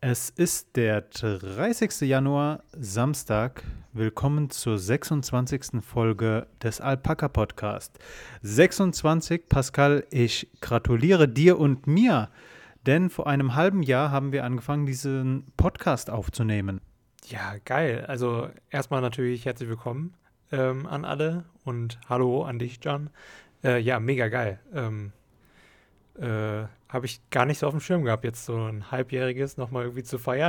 Es ist der 30. Januar, Samstag. Willkommen zur 26. Folge des Alpaka Podcast. 26, Pascal, ich gratuliere dir und mir, denn vor einem halben Jahr haben wir angefangen, diesen Podcast aufzunehmen. Ja, geil. Also erstmal natürlich herzlich willkommen an alle und hallo an dich, John. Ja, mega geil. Habe ich gar nicht so auf dem Schirm gehabt, jetzt so ein halbjähriges nochmal irgendwie zu feiern.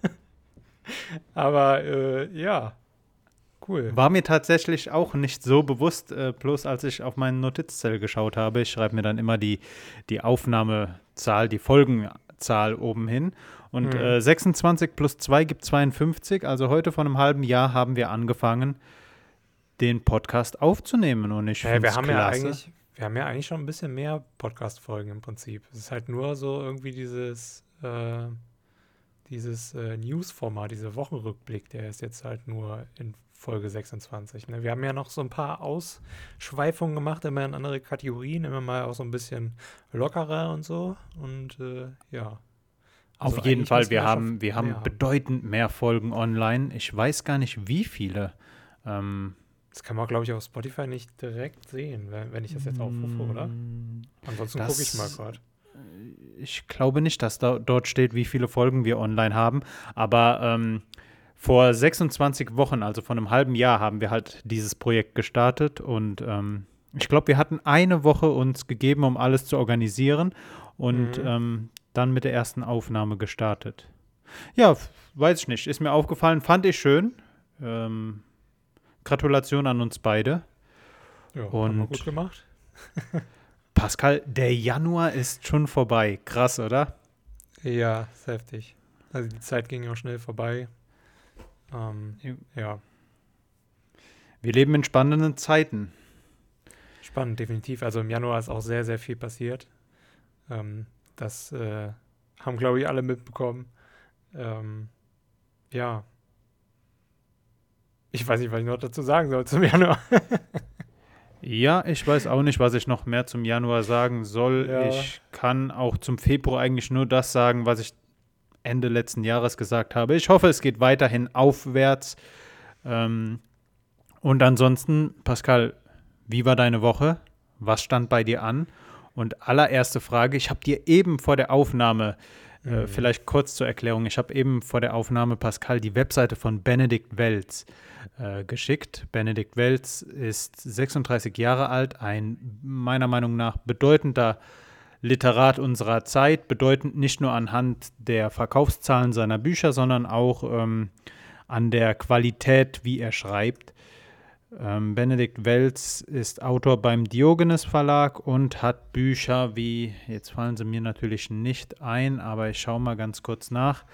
Aber ja, cool. War mir tatsächlich auch nicht so bewusst, bloß als ich auf meinen Notizzettel geschaut habe. Ich schreibe mir dann immer die Aufnahmezahl, die Folgenzahl oben hin. Und Hm. 26 plus 2 gibt 52. Also heute vor einem halben Jahr haben wir angefangen, den Podcast aufzunehmen. Und ich Naja, finde es klasse. wir haben ja eigentlich schon ein bisschen mehr Podcast-Folgen im Prinzip. Es ist halt nur so irgendwie dieses News-Format, dieser Wochenrückblick, der ist jetzt halt nur in Folge 26. Ne? Wir haben ja noch so ein paar Ausschweifungen gemacht, immer in andere Kategorien, immer mal auch so ein bisschen lockerer und so. Und ja, Auf also jeden eigentlich Fall, müssten wir schon wir haben mehr haben. bedeutend mehr Folgen online. Ich weiß gar nicht, wie viele. Ähm, Das kann man, glaube ich, auf Spotify nicht direkt sehen, wenn ich das jetzt aufrufe, oder? Ansonsten gucke ich mal das gerade. Ich glaube nicht, dass dort steht, wie viele Folgen wir online haben. Aber vor 26 Wochen, also vor einem halben Jahr, haben wir halt dieses Projekt gestartet. Und ich glaube, wir hatten eine Woche uns gegeben, um alles zu organisieren. Und Mhm. dann mit der ersten Aufnahme gestartet. Ja, weiß ich nicht. Ist mir aufgefallen, fand ich schön. Ähm, Gratulation an uns beide. Ja, haben wir gut Und gemacht. Pascal, der Januar ist schon vorbei. Krass, oder? Ja, ist heftig. Also die Zeit ging auch schnell vorbei. Ja, Wir leben in spannenden Zeiten. spannend, definitiv. Also im Januar ist auch sehr, sehr viel passiert. Das haben, glaube ich, alle mitbekommen. Ähm, ja, ich weiß nicht, was ich noch dazu sagen soll zum Januar. Ja, ich weiß auch nicht, was ich noch mehr zum Januar sagen soll. Ja, Ich kann auch zum Februar eigentlich nur das sagen, was ich Ende letzten Jahres gesagt habe. Ich hoffe, es geht weiterhin aufwärts. Ähm, und ansonsten, Pascal, wie war deine Woche? Was stand bei dir an? Und allererste Frage, ich habe dir eben vor der Aufnahme, mhm. vielleicht kurz zur Erklärung, ich habe eben vor der Aufnahme, Pascal, die Webseite von Benedikt Welz geschickt. Benedikt Welz ist 36 Jahre alt, ein meiner Meinung nach bedeutender Literat unserer Zeit, bedeutend nicht nur anhand der Verkaufszahlen seiner Bücher, sondern auch an der Qualität, wie er schreibt. Benedikt Welz ist Autor beim Diogenes Verlag und hat Bücher wie, jetzt fallen sie mir natürlich nicht ein, aber ich schaue mal ganz kurz nach.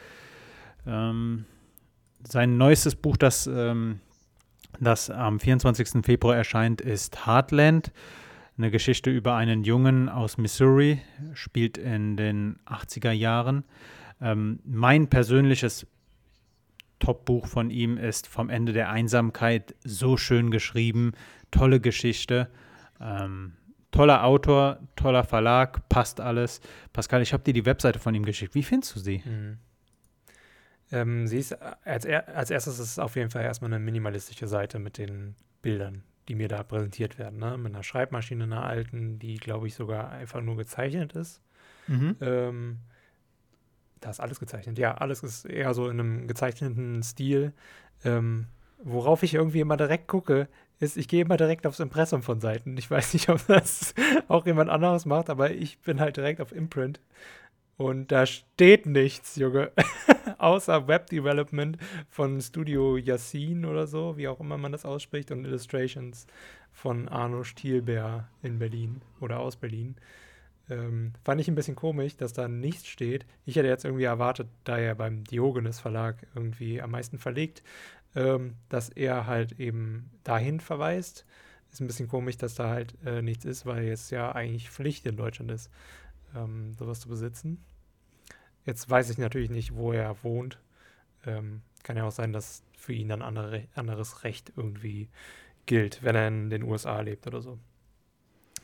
Sein neuestes Buch, das am 24. Februar erscheint, ist Heartland. Eine Geschichte über einen Jungen aus Missouri, spielt in den 80er Jahren. Mein persönliches Top-Buch von ihm ist Vom Ende der Einsamkeit, so schön geschrieben, tolle Geschichte, toller Autor, toller Verlag, passt alles. Pascal, ich habe dir die Webseite von ihm geschickt. Wie findest du sie? Mhm. Sie ist als erstes ist es auf jeden Fall erstmal eine minimalistische Seite mit den Bildern, die mir da präsentiert werden. Ne? Mit einer Schreibmaschine, einer alten, die, glaube ich, sogar einfach nur gezeichnet ist. Mhm. Ähm, Da ist alles gezeichnet. Ja, alles ist eher so in einem gezeichneten Stil. Ähm, Worauf ich irgendwie immer direkt gucke, ist, ich gehe immer direkt aufs Impressum von Seiten. Ich weiß nicht, ob das auch jemand anderes macht, aber ich bin halt direkt auf Imprint. Und da steht nichts, Junge. Außer Web Development von Studio Yassin oder so, wie auch immer man das ausspricht, und Illustrations von Arno Stielberg in Berlin oder aus Berlin. Fand ich ein bisschen komisch, dass da nichts steht. Ich hätte jetzt irgendwie erwartet, da er beim Diogenes Verlag irgendwie am meisten verlegt, dass er halt eben dahin verweist. Ist ein bisschen komisch, dass da halt nichts ist, weil es ja eigentlich Pflicht in Deutschland ist, sowas zu besitzen. Jetzt weiß ich natürlich nicht, wo er wohnt. Kann ja auch sein, dass für ihn dann anderes Recht irgendwie gilt, wenn er in den USA lebt oder so.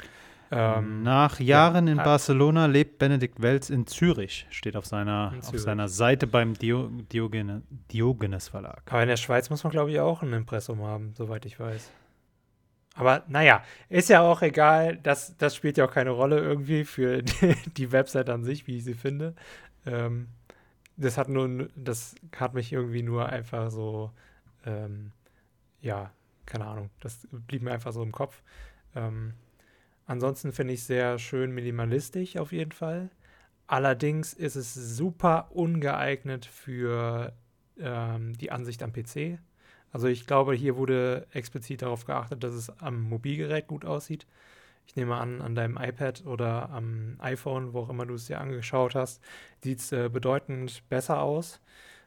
Nach Jahren in Barcelona lebt Benedikt Welz in Zürich, steht auf seiner Seite beim Diogenes Verlag. Aber in der Schweiz muss man, glaube ich, auch ein Impressum haben, soweit ich weiß. Aber naja, ist ja auch egal, das spielt ja auch keine Rolle irgendwie für die Website an sich, wie ich sie finde. Das hat mich irgendwie nur einfach so, ja, keine Ahnung, das blieb mir einfach so im Kopf. Ansonsten finde ich es sehr schön minimalistisch auf jeden Fall. Allerdings ist es super ungeeignet für die Ansicht am PC. Also ich glaube, hier wurde explizit darauf geachtet, dass es am Mobilgerät gut aussieht. Ich nehme an deinem iPad oder am iPhone, wo auch immer du es dir angeschaut hast, sieht es bedeutend besser aus,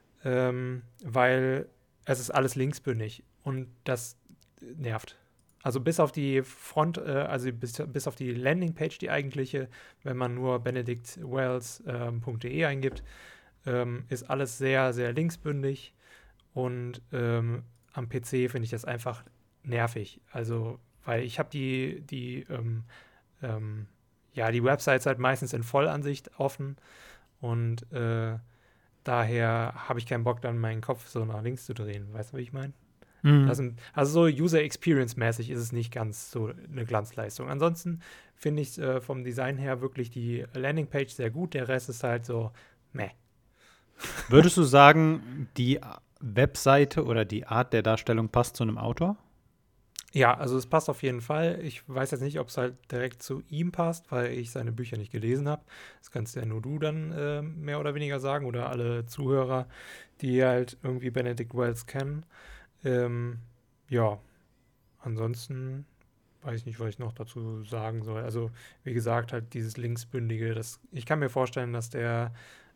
weil es ist alles linksbündig und das nervt. Also bis auf die bis auf die Landingpage, die eigentliche, wenn man nur benedictwells.de eingibt, ist alles sehr, sehr linksbündig und am PC finde ich das einfach nervig. Also, weil ich habe die Websites halt meistens in Vollansicht offen und daher habe ich keinen Bock, dann meinen Kopf so nach links zu drehen. Weißt du, wie ich meine? Also so User Experience-mäßig ist es nicht ganz so eine Glanzleistung. Ansonsten finde ich vom Design her wirklich die Landingpage sehr gut. Der Rest ist halt so meh. Würdest du sagen, die Webseite oder die Art der Darstellung passt zu einem Autor? Ja, also es passt auf jeden Fall. Ich weiß jetzt nicht, ob es halt direkt zu ihm passt, weil ich seine Bücher nicht gelesen habe. Das kannst ja nur du dann mehr oder weniger sagen oder alle Zuhörer, die halt irgendwie Benedict Wells kennen. Ja, ansonsten weiß ich nicht, was ich noch dazu sagen soll. Also, wie gesagt, halt dieses Linksbündige, ich kann mir vorstellen, dass der,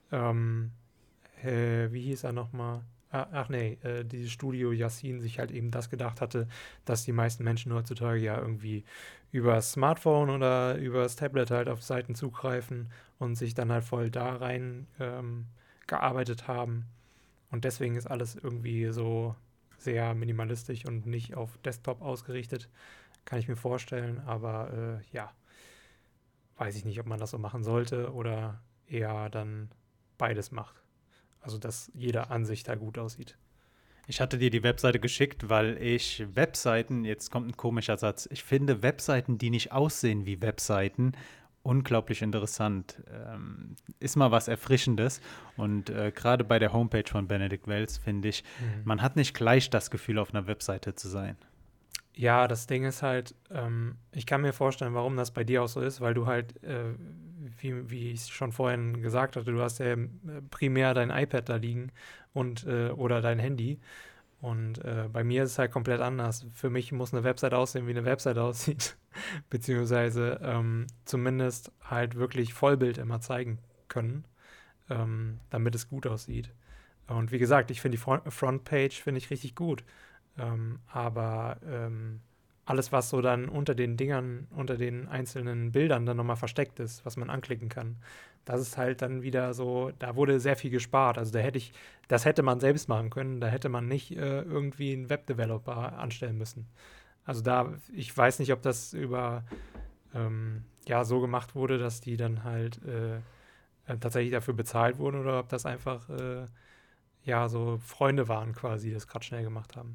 wie hieß er nochmal? Dieses Studio Yassin sich halt eben das gedacht hatte, dass die meisten Menschen heutzutage ja irgendwie über das Smartphone oder über das Tablet halt auf Seiten zugreifen und sich dann halt voll da rein gearbeitet haben. Und deswegen ist alles irgendwie so sehr minimalistisch und nicht auf Desktop ausgerichtet. Kann ich mir vorstellen, aber ja, weiß ich nicht, ob man das so machen sollte oder eher dann beides macht. Also, dass jede Ansicht da gut aussieht. Ich hatte dir die Webseite geschickt, weil ich Webseiten, jetzt kommt ein komischer Satz, ich finde Webseiten, die nicht aussehen wie Webseiten, unglaublich interessant. Ist mal was Erfrischendes. Und gerade bei der Homepage von Benedict Wells finde ich, man hat nicht gleich das Gefühl, auf einer Webseite zu sein. Ja, das Ding ist halt, ich kann mir vorstellen, warum das bei dir auch so ist, weil du halt, wie ich schon vorhin gesagt hatte, du hast ja primär dein iPad da liegen und oder dein Handy. Und bei mir ist es halt komplett anders. Für mich muss eine Website aussehen, wie eine Website aussieht. Beziehungsweise zumindest halt wirklich Vollbild immer zeigen können, damit es gut aussieht. Und wie gesagt, ich finde die Frontpage finde ich richtig gut. Aber alles, was so dann unter den Dingern, unter den einzelnen Bildern dann nochmal versteckt ist, was man anklicken kann, das ist halt dann wieder so, da wurde sehr viel gespart. Also das hätte man selbst machen können, da hätte man nicht irgendwie einen Webdeveloper anstellen müssen. Also ich weiß nicht, ob das so gemacht wurde, dass die dann halt tatsächlich dafür bezahlt wurden oder ob das einfach so Freunde waren quasi, die das gerade schnell gemacht haben.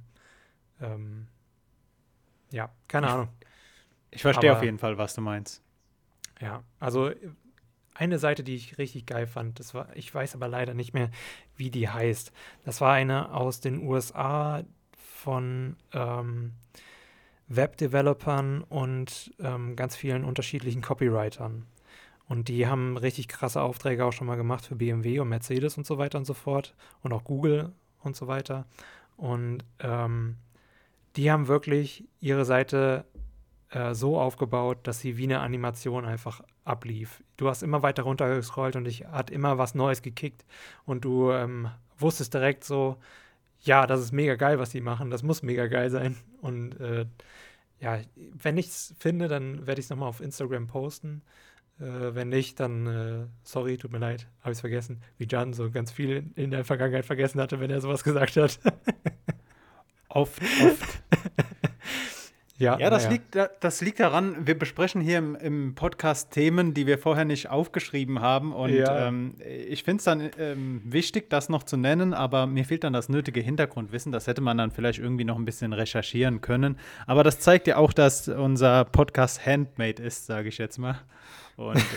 Keine Ahnung. Ich verstehe auf jeden Fall, was du meinst. Ja, also eine Seite, die ich richtig geil fand, ich weiß aber leider nicht mehr, wie die heißt. Das war eine aus den USA von Webdevelopern und ganz vielen unterschiedlichen Copywritern. Und die haben richtig krasse Aufträge auch schon mal gemacht für BMW und Mercedes und so weiter und so fort und auch Google und so weiter. Und die haben wirklich ihre Seite so aufgebaut, dass sie wie eine Animation einfach ablief. Du hast immer weiter runtergescrollt und dich hat immer was Neues gekickt und du wusstest direkt so, ja, das ist mega geil, was die machen, das muss mega geil sein. Und wenn ich es finde, dann werde ich es nochmal auf Instagram posten. Wenn nicht, dann, sorry, tut mir leid, habe ich es vergessen, wie Jan so ganz viel in der Vergangenheit vergessen hatte, wenn er sowas gesagt hat. Oft. Ja, Ja, naja. das liegt daran, wir besprechen hier im Podcast Themen, die wir vorher nicht aufgeschrieben haben. Und Ja, ich finde es dann wichtig, das noch zu nennen, aber mir fehlt dann das nötige Hintergrundwissen. Das hätte man dann vielleicht irgendwie noch ein bisschen recherchieren können. Aber das zeigt ja auch, dass unser Podcast handmade ist, sage ich jetzt mal. Und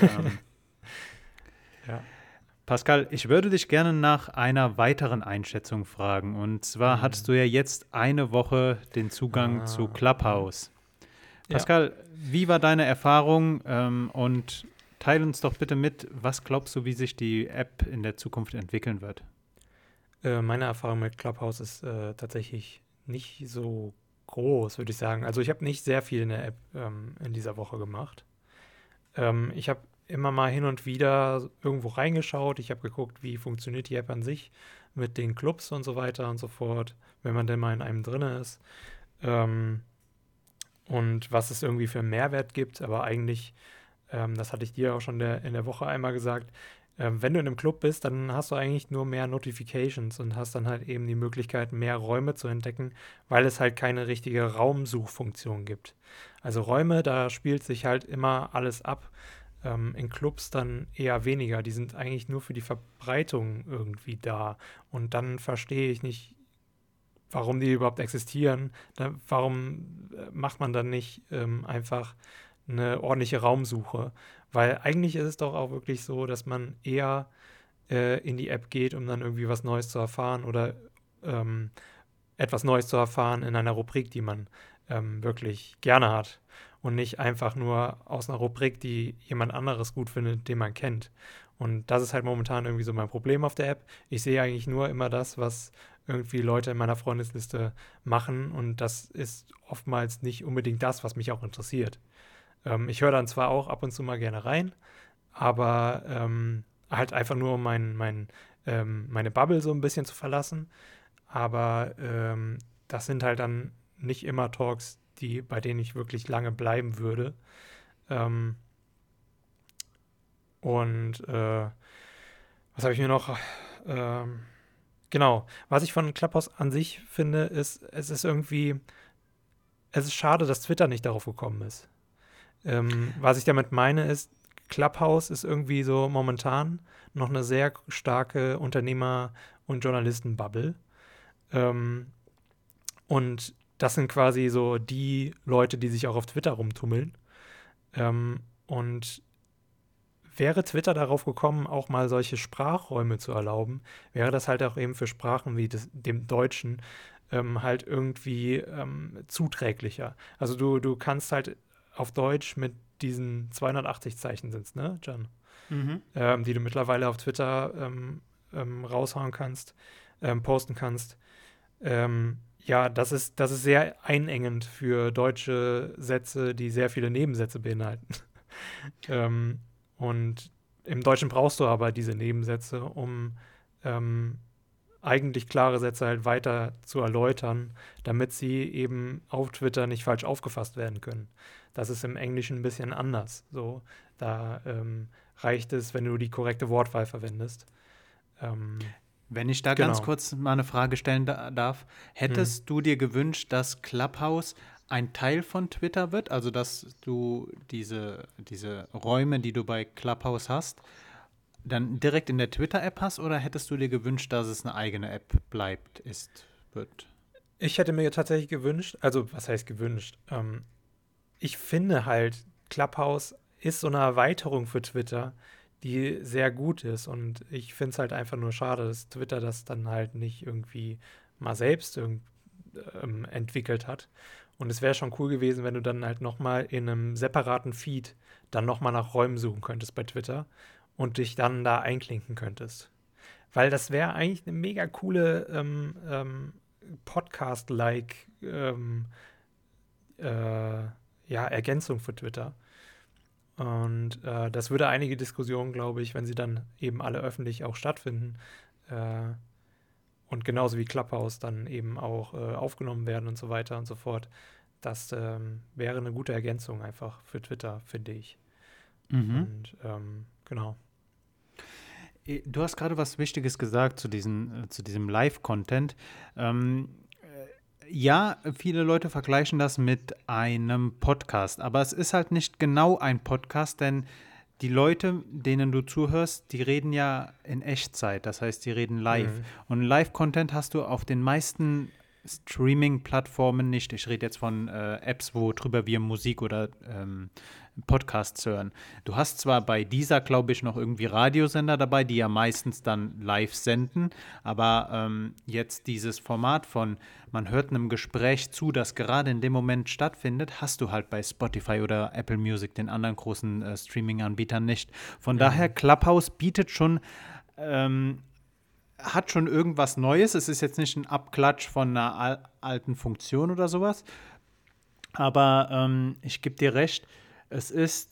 ja. Pascal, ich würde dich gerne nach einer weiteren Einschätzung fragen. Und zwar hattest Hm. du ja jetzt eine Woche den Zugang zu Mhm. Clubhouse. Ja. Pascal, wie war deine Erfahrung? Und teile uns doch bitte mit, was glaubst du, wie sich die App in der Zukunft entwickeln wird? Meine Erfahrung mit Clubhouse ist tatsächlich nicht so groß, würde ich sagen. Also ich habe nicht sehr viel in der App in dieser Woche gemacht. Ich habe immer mal hin und wieder irgendwo reingeschaut. Ich habe geguckt, wie funktioniert die App an sich mit den Clubs und so weiter und so fort, wenn man denn mal in einem drin ist. Ähm, und was es irgendwie für einen Mehrwert gibt. Aber eigentlich, das hatte ich dir auch schon in der Woche einmal gesagt, wenn du in einem Club bist, dann hast du eigentlich nur mehr Notifications und hast dann halt eben die Möglichkeit, mehr Räume zu entdecken, weil es halt keine richtige Raumsuchfunktion gibt. Also Räume, da spielt sich halt immer alles ab. In Clubs dann eher weniger. Die sind eigentlich nur für die Verbreitung irgendwie da. Und dann verstehe ich nicht, warum die überhaupt existieren. Warum macht man dann nicht einfach eine ordentliche Raumsuche? Weil eigentlich ist es doch auch wirklich so, dass man eher in die App geht, um dann irgendwie was Neues zu erfahren oder ähm, etwas Neues zu erfahren in einer Rubrik, die man wirklich gerne hat. Und nicht einfach nur aus einer Rubrik, die jemand anderes gut findet, den man kennt. Und das ist halt momentan irgendwie so mein Problem auf der App. Ich sehe eigentlich nur immer das, was irgendwie Leute in meiner Freundesliste machen. Und das ist oftmals nicht unbedingt das, was mich auch interessiert. Ich höre dann zwar auch ab und zu mal gerne rein, aber halt einfach nur, um meine Bubble so ein bisschen zu verlassen. Aber das sind halt dann nicht immer Talks, bei denen ich wirklich lange bleiben würde. Ähm, und was habe ich mir noch? Ähm, genau. Was ich von Clubhouse an sich finde, ist, es ist schade, dass Twitter nicht darauf gekommen ist. Was ich damit meine, ist, Clubhouse ist irgendwie so momentan noch eine sehr starke Unternehmer- und Journalistenbubble. Ähm, und das sind quasi so die Leute, die sich auch auf Twitter rumtummeln. Und wäre Twitter darauf gekommen, auch mal solche Sprachräume zu erlauben, wäre das halt auch eben für Sprachen wie dem Deutschen halt irgendwie zuträglicher. Also du kannst halt auf Deutsch mit diesen 280 Zeichen sind's, ne, John? Mhm. Die du mittlerweile auf Twitter raushauen kannst, posten kannst. Ja, das ist sehr einengend für deutsche Sätze, die sehr viele Nebensätze beinhalten. ähm, und im Deutschen brauchst du aber diese Nebensätze, um ähm, eigentlich klare Sätze halt weiter zu erläutern, damit sie eben auf Twitter nicht falsch aufgefasst werden können. Das ist im Englischen ein bisschen anders. So, da reicht es, wenn du die korrekte Wortwahl verwendest. Ähm, Wenn ich da ganz genau. kurz mal eine Frage stellen darf, Hm. hättest du dir gewünscht, dass Clubhouse ein Teil von Twitter wird? Also, dass du diese Räume, die du bei Clubhouse hast, dann direkt in der Twitter-App hast? Oder hättest du dir gewünscht, dass es eine eigene App bleibt, wird? Ich hätte mir tatsächlich gewünscht, also was heißt gewünscht? Ich finde halt, Clubhouse ist so eine Erweiterung für Twitter, die sehr gut ist. Und ich finde es halt einfach nur schade, dass Twitter das dann halt nicht irgendwie mal selbst entwickelt hat. Und es wäre schon cool gewesen, wenn du dann halt nochmal in einem separaten Feed dann nochmal nach Räumen suchen könntest bei Twitter und dich dann da einklinken könntest. Weil das wäre eigentlich eine mega coole Podcast-like äh, ja, Ergänzung für Twitter. Und das würde einige Diskussionen, glaube ich, wenn sie dann eben alle öffentlich auch stattfinden äh, und genauso wie Clubhouse dann eben auch aufgenommen werden und so weiter und so fort, das wäre eine gute Ergänzung einfach für Twitter, finde ich. Mhm. Und genau. Du hast gerade was Wichtiges gesagt zu diesem Live-Content. Ähm, Ja, viele Leute vergleichen das mit einem Podcast, aber es ist halt nicht genau ein Podcast, denn die Leute, denen du zuhörst, die reden ja in Echtzeit, das heißt, die reden live. Mhm. Und Live-Content hast du auf den meisten Streaming-Plattformen nicht. Ich rede jetzt von Apps, wo drüber wir Musik oder Podcasts hören. Du hast zwar bei dieser, glaube ich, noch irgendwie Radiosender dabei, die ja meistens dann live senden, aber jetzt dieses Format von, man hört einem Gespräch zu, das gerade in dem Moment stattfindet, hast du halt bei Spotify oder Apple Music, den anderen großen Streaming-Anbietern nicht. Von daher, Mhm. Clubhouse bietet schon hat schon irgendwas Neues. Es ist jetzt nicht ein Abklatsch von einer alten Funktion oder sowas. Aber ich gebe dir recht, es ist,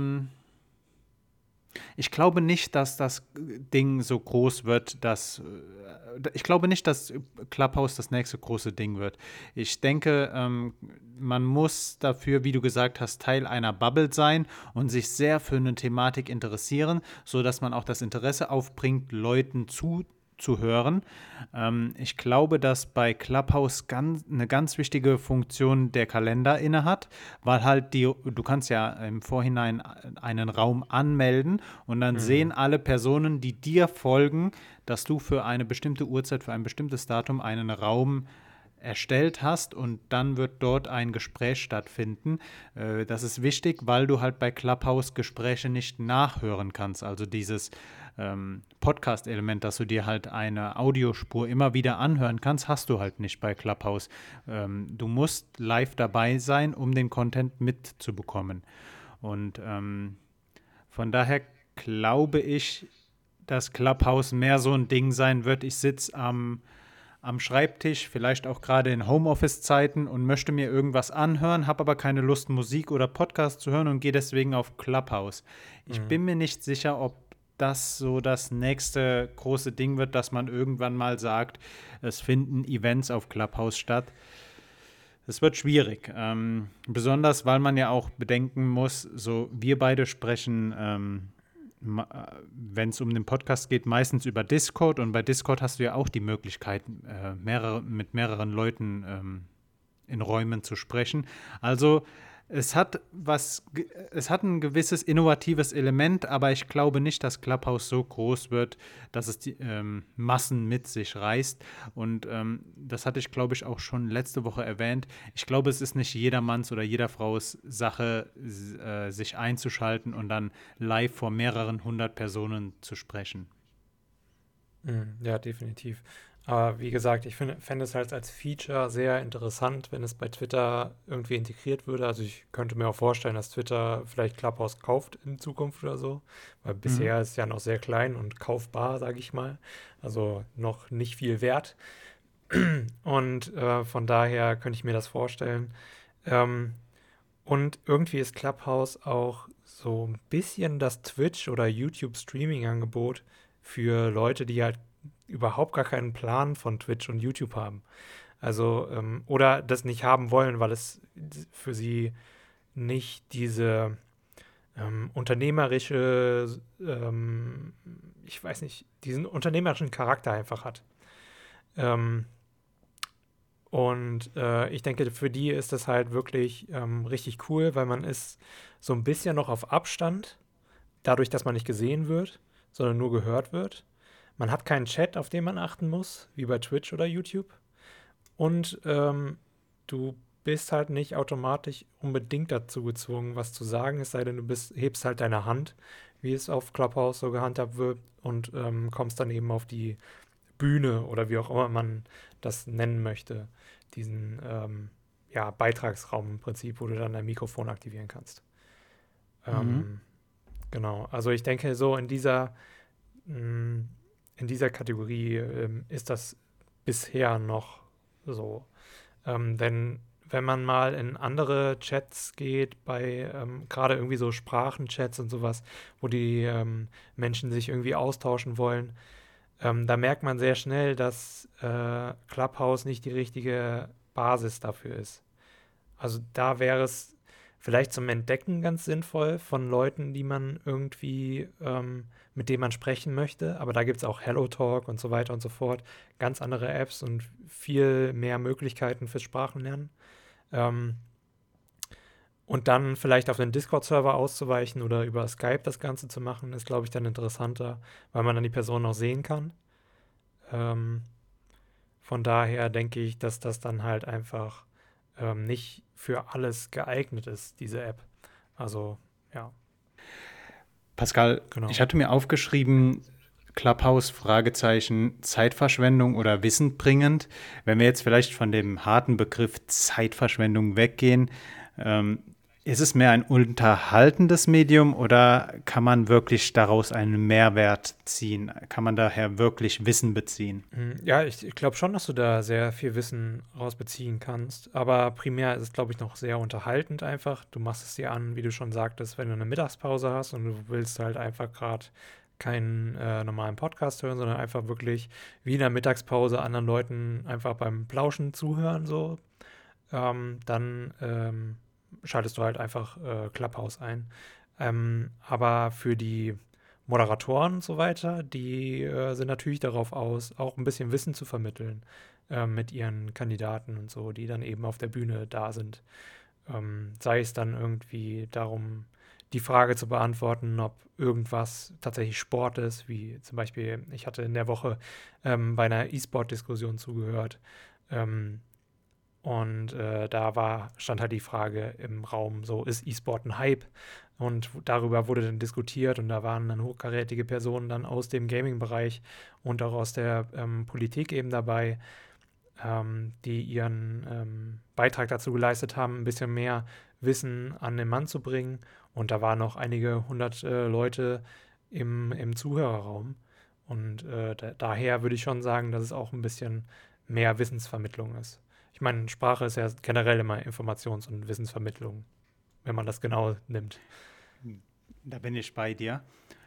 ich glaube nicht, dass das Ding so groß wird, ich glaube nicht, dass Clubhouse das nächste große Ding wird. Ich denke, man muss dafür, wie du gesagt hast, Teil einer Bubble sein und sich sehr für eine Thematik interessieren, sodass man auch das Interesse aufbringt, Leuten zuzuhören. Ich glaube, dass bei Clubhouse eine ganz wichtige Funktion der Kalender innehat, weil halt du kannst ja im Vorhinein einen Raum anmelden und dann Mhm. sehen alle Personen, die dir folgen, dass du für eine bestimmte Uhrzeit, für ein bestimmtes Datum einen Raum erstellt hast und dann wird dort ein Gespräch stattfinden. Das ist wichtig, weil du halt bei Clubhouse Gespräche nicht nachhören kannst. Also dieses Podcast-Element, dass du dir halt eine Audiospur immer wieder anhören kannst, hast du halt nicht bei Clubhouse. Du musst live dabei sein, um den Content mitzubekommen. Und von daher glaube ich, dass Clubhouse mehr so ein Ding sein wird. Ich sitze am Schreibtisch, vielleicht auch gerade in Homeoffice-Zeiten und möchte mir irgendwas anhören, habe aber keine Lust, Musik oder Podcast zu hören und gehe deswegen auf Clubhouse. Ich Mhm. bin mir nicht sicher, ob das so das nächste große Ding wird, dass man irgendwann mal sagt, es finden Events auf Clubhouse statt. Es wird schwierig, besonders weil man ja auch bedenken muss, so wir beide sprechen, wenn es um den Podcast geht, meistens über Discord und bei Discord hast du ja auch die Möglichkeit, mit mehreren Leuten in Räumen zu sprechen. Also es hat ein gewisses innovatives Element, aber ich glaube nicht, dass Clubhouse so groß wird, dass es die Massen mit sich reißt. Und das hatte ich, glaube ich, auch schon letzte Woche erwähnt. Ich glaube, es ist nicht jedermanns oder jeder Frau's Sache, sich einzuschalten und dann live vor mehreren hundert Personen zu sprechen. Mhm. Ja, definitiv. Aber wie gesagt, ich fände es halt als Feature sehr interessant, wenn es bei Twitter irgendwie integriert würde. Also ich könnte mir auch vorstellen, dass Twitter vielleicht Clubhouse kauft in Zukunft oder so, weil Mhm. bisher ist es ja noch sehr klein und kaufbar, sage ich mal. Also noch nicht viel wert. Und von daher könnte ich mir das vorstellen. Ähm, und irgendwie ist Clubhouse auch so ein bisschen das Twitch- oder YouTube-Streaming-Angebot für Leute, die halt überhaupt gar keinen Plan von Twitch und YouTube haben. Also, oder das nicht haben wollen, weil es für sie nicht diese unternehmerische, ich weiß nicht, diesen unternehmerischen Charakter einfach hat. Ähm, Und ich denke, für die ist das halt wirklich richtig cool, weil man ist so ein bisschen noch auf Abstand, dadurch, dass man nicht gesehen wird, sondern nur gehört wird. Man hat keinen Chat, auf den man achten muss, wie bei Twitch oder YouTube. Und du bist halt nicht automatisch unbedingt dazu gezwungen, was zu sagen, es sei denn, hebst halt deine Hand, wie es auf Clubhouse so gehandhabt wird, und kommst dann eben auf die Bühne oder wie auch immer man das nennen möchte, diesen ja, Beitragsraum im Prinzip, wo du dann dein Mikrofon aktivieren kannst. Mhm. Ähm, genau, also ich denke, so mh, in dieser Kategorie ist das bisher noch so. Wenn man mal in andere Chats geht, bei gerade irgendwie so Sprachenchats und sowas, wo die Menschen sich irgendwie austauschen wollen, da merkt man sehr schnell, dass Clubhouse nicht die richtige Basis dafür ist. Also da wäre es vielleicht zum Entdecken ganz sinnvoll von Leuten, die man irgendwie, mit denen man sprechen möchte. Aber da gibt es auch HelloTalk und so weiter und so fort. Ganz andere Apps und viel mehr Möglichkeiten fürs Sprachenlernen. Ähm, und dann vielleicht auf einen Discord-Server auszuweichen oder über Skype das Ganze zu machen, ist, glaube ich, dann interessanter, weil man dann die Person auch sehen kann. Ähm, von daher denke ich, dass das dann halt einfach nicht für alles geeignet ist, diese App. Also, ja, Pascal, ich genau. hatte mir aufgeschrieben, Clubhouse, Fragezeichen, Zeitverschwendung oder wissendbringend. Wenn wir jetzt vielleicht von dem harten Begriff Zeitverschwendung weggehen, ähm, ist es mehr ein unterhaltendes Medium oder kann man wirklich daraus einen Mehrwert ziehen? Kann man daher wirklich Wissen beziehen? Ja, ich glaube schon, dass du da sehr viel Wissen rausbeziehen kannst. Aber primär ist es, glaube ich, noch sehr unterhaltend einfach. Du machst es dir an, wie du schon sagtest, wenn du eine Mittagspause hast und du willst halt einfach gerade keinen normalen Podcast hören, sondern einfach wirklich wie in der Mittagspause anderen Leuten einfach beim Plauschen zuhören, so. Dann schaltest du halt einfach Clubhouse ein. Aber für die Moderatoren und so weiter, die sind natürlich darauf aus, auch ein bisschen Wissen zu vermitteln mit ihren Kandidaten und so, die dann eben auf der Bühne da sind. Sei es dann irgendwie darum, die Frage zu beantworten, ob irgendwas tatsächlich Sport ist, wie zum Beispiel, ich hatte in der Woche bei einer E-Sport-Diskussion zugehört. Ähm, und stand halt die Frage im Raum, so ist E-Sport ein Hype? Und darüber wurde dann diskutiert und da waren dann hochkarätige Personen dann aus dem Gaming-Bereich und auch aus der Politik eben dabei, die ihren Beitrag dazu geleistet haben, ein bisschen mehr Wissen an den Mann zu bringen. Und da waren noch einige hundert Leute im Zuhörerraum. Und daher würde ich schon sagen, dass es auch ein bisschen mehr Wissensvermittlung ist. Ich meine, Sprache ist ja generell immer Informations- und Wissensvermittlung, wenn man das genau nimmt. Da bin ich bei dir.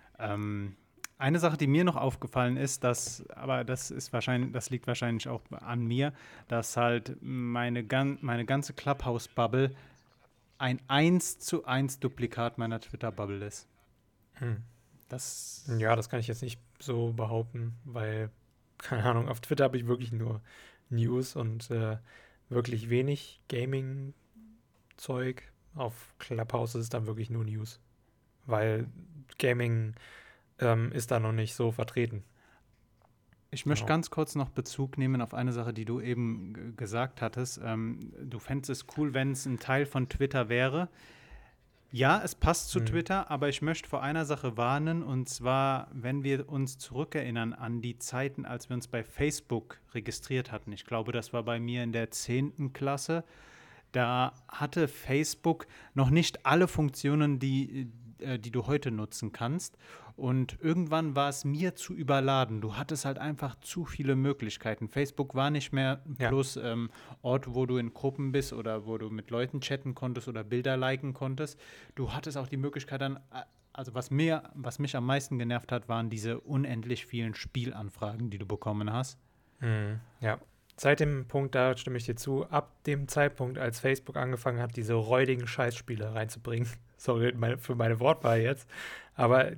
Eine Sache, die mir noch aufgefallen ist, aber das liegt wahrscheinlich auch an mir, dass halt meine ganze Clubhouse-Bubble ein 1:1 Duplikat meiner Twitter-Bubble ist. Hm. Das, Ja, das kann ich jetzt nicht so behaupten, weil, keine Ahnung, auf Twitter habe ich wirklich nur News und wirklich wenig Gaming-Zeug. Auf Clubhouse ist es dann wirklich nur News, weil Gaming ist da noch nicht so vertreten. Ich möchte Genau. ganz kurz noch Bezug nehmen auf eine Sache, die du eben gesagt hattest. Du fändest es cool, wenn es ein Teil von Twitter wäre. Ja, es passt zu Hm. Twitter, aber ich möchte vor einer Sache warnen, und zwar, wenn wir uns zurückerinnern an die Zeiten, als wir uns bei Facebook registriert hatten. Ich glaube, das war bei mir in der 10. Klasse. Da hatte Facebook noch nicht alle Funktionen, die du heute nutzen kannst. Und irgendwann war es mir zu überladen. Du hattest halt einfach zu viele Möglichkeiten. Facebook war nicht mehr Ja. bloß Ort, wo du in Gruppen bist oder wo du mit Leuten chatten konntest oder Bilder liken konntest. Du hattest auch die Möglichkeit dann, also was mich am meisten genervt hat, waren diese unendlich vielen Spielanfragen, die du bekommen hast. Ja. Seit dem Punkt, da stimme ich dir zu, ab dem Zeitpunkt, als Facebook angefangen hat, diese räudigen Scheißspiele reinzubringen, sorry für meine Wortwahl jetzt, aber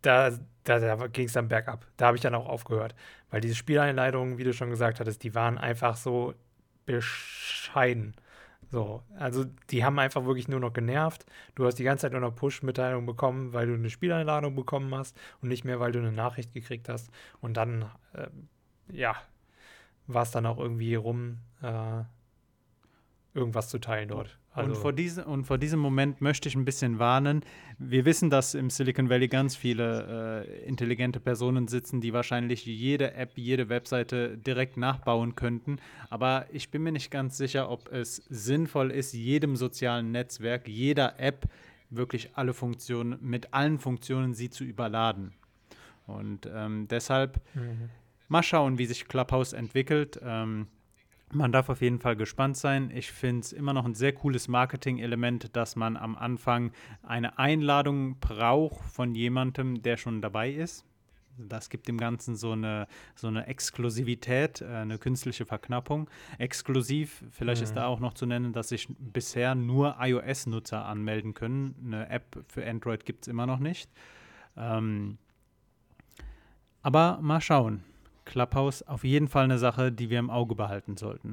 da ging es dann bergab. Da habe ich dann auch aufgehört, weil diese Spieleinleitungen, wie du schon gesagt hattest, die waren einfach so bescheiden. So, also die haben einfach wirklich nur noch genervt. Du hast die ganze Zeit nur noch Push-Mitteilungen bekommen, weil du eine Spieleinladung bekommen hast und nicht mehr, weil du eine Nachricht gekriegt hast. Und dann, ja, war es dann auch irgendwie rum, irgendwas zu teilen dort. Also, Und vor diesem Moment möchte ich ein bisschen warnen. Wir wissen, dass im Silicon Valley ganz viele intelligente Personen sitzen, die wahrscheinlich jede App, jede Webseite direkt nachbauen könnten. Aber ich bin mir nicht ganz sicher, ob es sinnvoll ist, jedem sozialen Netzwerk, jeder App wirklich mit allen Funktionen sie zu überladen. Und deshalb mhm. mal schauen, wie sich Clubhouse entwickelt. Man darf auf jeden Fall gespannt sein. Ich finde es immer noch ein sehr cooles Marketing-Element, dass man am Anfang eine Einladung braucht von jemandem, der schon dabei ist. Das gibt dem Ganzen so eine Exklusivität, eine künstliche Verknappung. Exklusiv, vielleicht ist da auch noch zu nennen, dass sich bisher nur iOS-Nutzer anmelden können. Eine App für Android gibt es immer noch nicht. Aber mal schauen. Clubhouse auf jeden Fall eine Sache, die wir im Auge behalten sollten.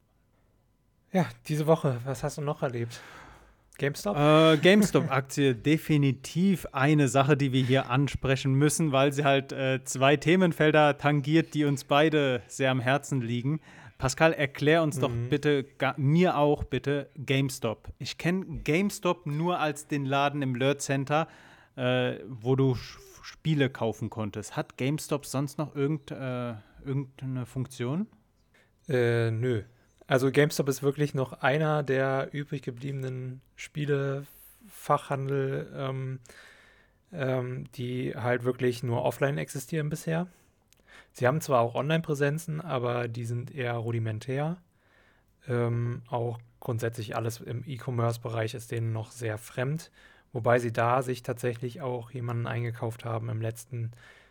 Ja, diese Woche, was hast du noch erlebt? GameStop? GameStop-Aktie, definitiv eine Sache, die wir hier ansprechen müssen, weil sie halt zwei Themenfelder tangiert, die uns beide sehr am Herzen liegen. Pascal, erklär uns doch bitte, mir auch bitte, GameStop. Ich kenne GameStop nur als den Laden im Lert Center, wo du Spiele kaufen konntest. Hat GameStop sonst noch irgendeine Funktion? Nö. Also GameStop ist wirklich noch einer der übrig gebliebenen Spielefachhandel, die halt wirklich nur offline existieren bisher. Sie haben zwar auch Online-Präsenzen, aber die sind eher rudimentär. Auch grundsätzlich alles im E-Commerce-Bereich ist denen noch sehr fremd, wobei sie da sich tatsächlich auch jemanden eingekauft haben im letzten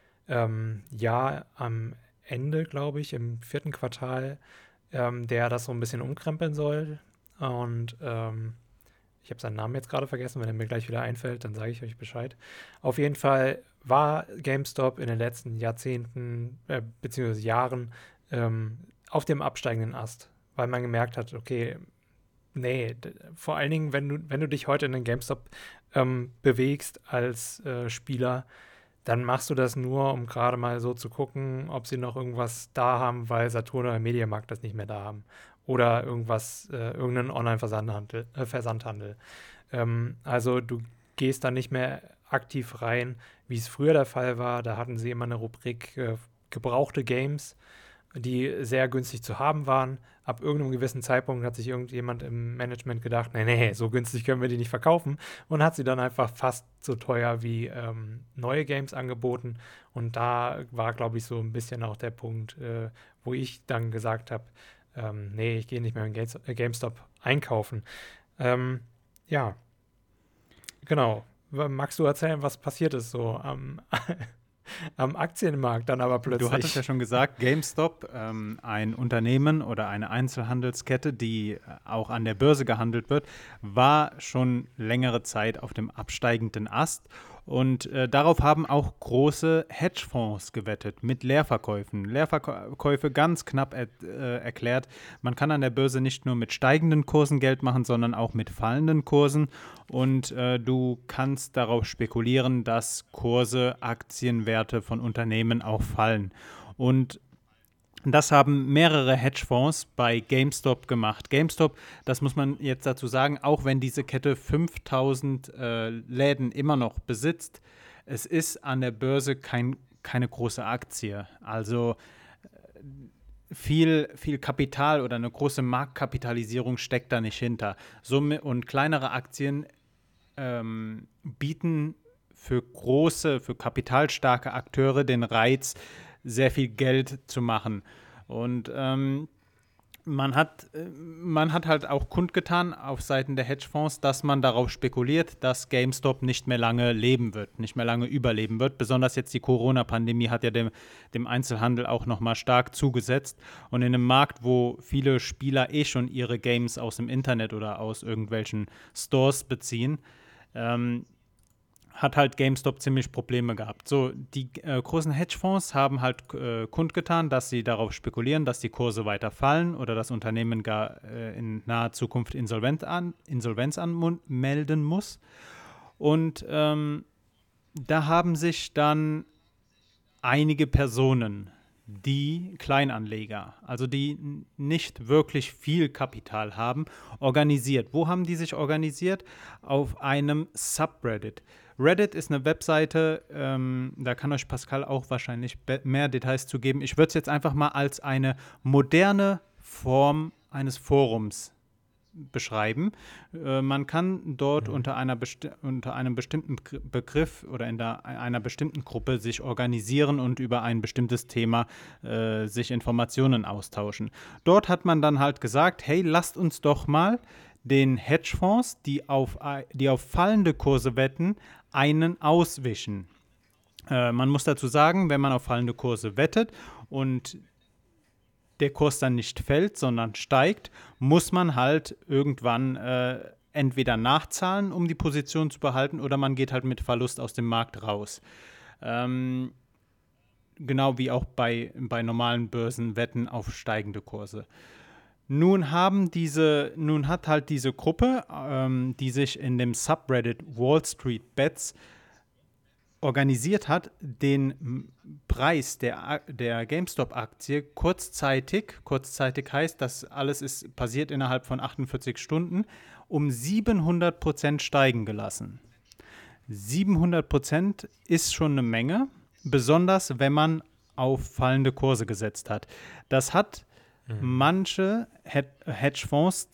Jahr am Ende, glaube ich, im 4. Quartal, der das so ein bisschen umkrempeln soll. Und ich habe seinen Namen jetzt gerade vergessen, wenn er mir gleich wieder einfällt, dann sage ich euch Bescheid. Auf jeden Fall war GameStop in den letzten Jahrzehnten bzw. Jahren auf dem absteigenden Ast, weil man gemerkt hat, okay, nee, vor allen Dingen, wenn du dich heute in den GameStop bewegst als Spieler, dann machst du das nur, um gerade mal so zu gucken, ob sie noch irgendwas da haben, weil Saturn oder Mediamarkt das nicht mehr da haben. Oder irgendeinen Online-Versandhandel. Also du gehst da nicht mehr aktiv rein, wie es früher der Fall war. Da hatten sie immer eine Rubrik gebrauchte Games, die sehr günstig zu haben waren. Ab irgendeinem gewissen Zeitpunkt hat sich irgendjemand im Management gedacht, nee, so günstig können wir die nicht verkaufen, und hat sie dann einfach fast so teuer wie neue Games angeboten. Und da war, glaube ich, so ein bisschen auch der Punkt, wo ich dann gesagt habe, nee, ich gehe nicht mehr in GameStop einkaufen. Ja, genau. Magst du erzählen, was passiert ist so am Aktienmarkt dann aber plötzlich? Du hattest ja schon gesagt, GameStop, ein Unternehmen oder eine Einzelhandelskette, die auch an der Börse gehandelt wird, war schon längere Zeit auf dem absteigenden Ast. Und darauf haben auch große Hedgefonds gewettet mit Leerverkäufen. Leerverkäufe ganz knapp erklärt. Man kann an der Börse nicht nur mit steigenden Kursen Geld machen, sondern auch mit fallenden Kursen. Und du kannst darauf spekulieren, dass Kurse, Aktienwerte von Unternehmen auch fallen. Und das haben mehrere Hedgefonds bei GameStop gemacht. GameStop, das muss man jetzt dazu sagen, auch wenn diese Kette 5000 Läden immer noch besitzt, es ist an der Börse keine große Aktie. Also viel Kapital oder eine große Marktkapitalisierung steckt da nicht hinter. Und kleinere Aktien bieten für kapitalstarke Akteure den Reiz, sehr viel Geld zu machen. Und man hat halt auch kundgetan auf Seiten der Hedgefonds, dass man darauf spekuliert, dass GameStop nicht mehr lange leben wird, nicht mehr lange überleben wird. Besonders jetzt die Corona-Pandemie hat ja dem Einzelhandel auch nochmal stark zugesetzt. Und in einem Markt, wo viele Spieler schon ihre Games aus dem Internet oder aus irgendwelchen Stores beziehen, hat halt GameStop ziemlich Probleme gehabt. So, die großen Hedgefonds haben halt kundgetan, dass sie darauf spekulieren, dass die Kurse weiter fallen oder das Unternehmen gar in naher Zukunft Insolvenz anmelden muss. Und da haben sich dann einige Personen, die Kleinanleger, also die nicht wirklich viel Kapital haben, organisiert. Wo haben die sich organisiert? Auf einem Subreddit. Reddit ist eine Webseite, da kann euch Pascal auch wahrscheinlich mehr Details zu geben. Ich würde es jetzt einfach mal als eine moderne Form eines Forums beschreiben. Man kann dort unter einem bestimmten Begriff oder in einer bestimmten Gruppe sich organisieren und über ein bestimmtes Thema sich Informationen austauschen. Dort hat man dann halt gesagt, hey, lasst uns doch mal den Hedgefonds, die auf fallende Kurse wetten, einen auswischen. Man muss dazu sagen, wenn man auf fallende Kurse wettet und der Kurs dann nicht fällt, sondern steigt, muss man halt irgendwann entweder nachzahlen, um die Position zu behalten, oder man geht halt mit Verlust aus dem Markt raus. Genau wie auch bei normalen Börsenwetten auf steigende Kurse. Nun hat halt diese Gruppe, die sich in dem Subreddit Wall Street Bets organisiert hat, den Preis der GameStop-Aktie kurzzeitig heißt, das alles ist passiert innerhalb von 48 Stunden, um 700% steigen gelassen. 700% ist schon eine Menge, besonders wenn man auf fallende Kurse gesetzt hat. Das hat manche Hedgefonds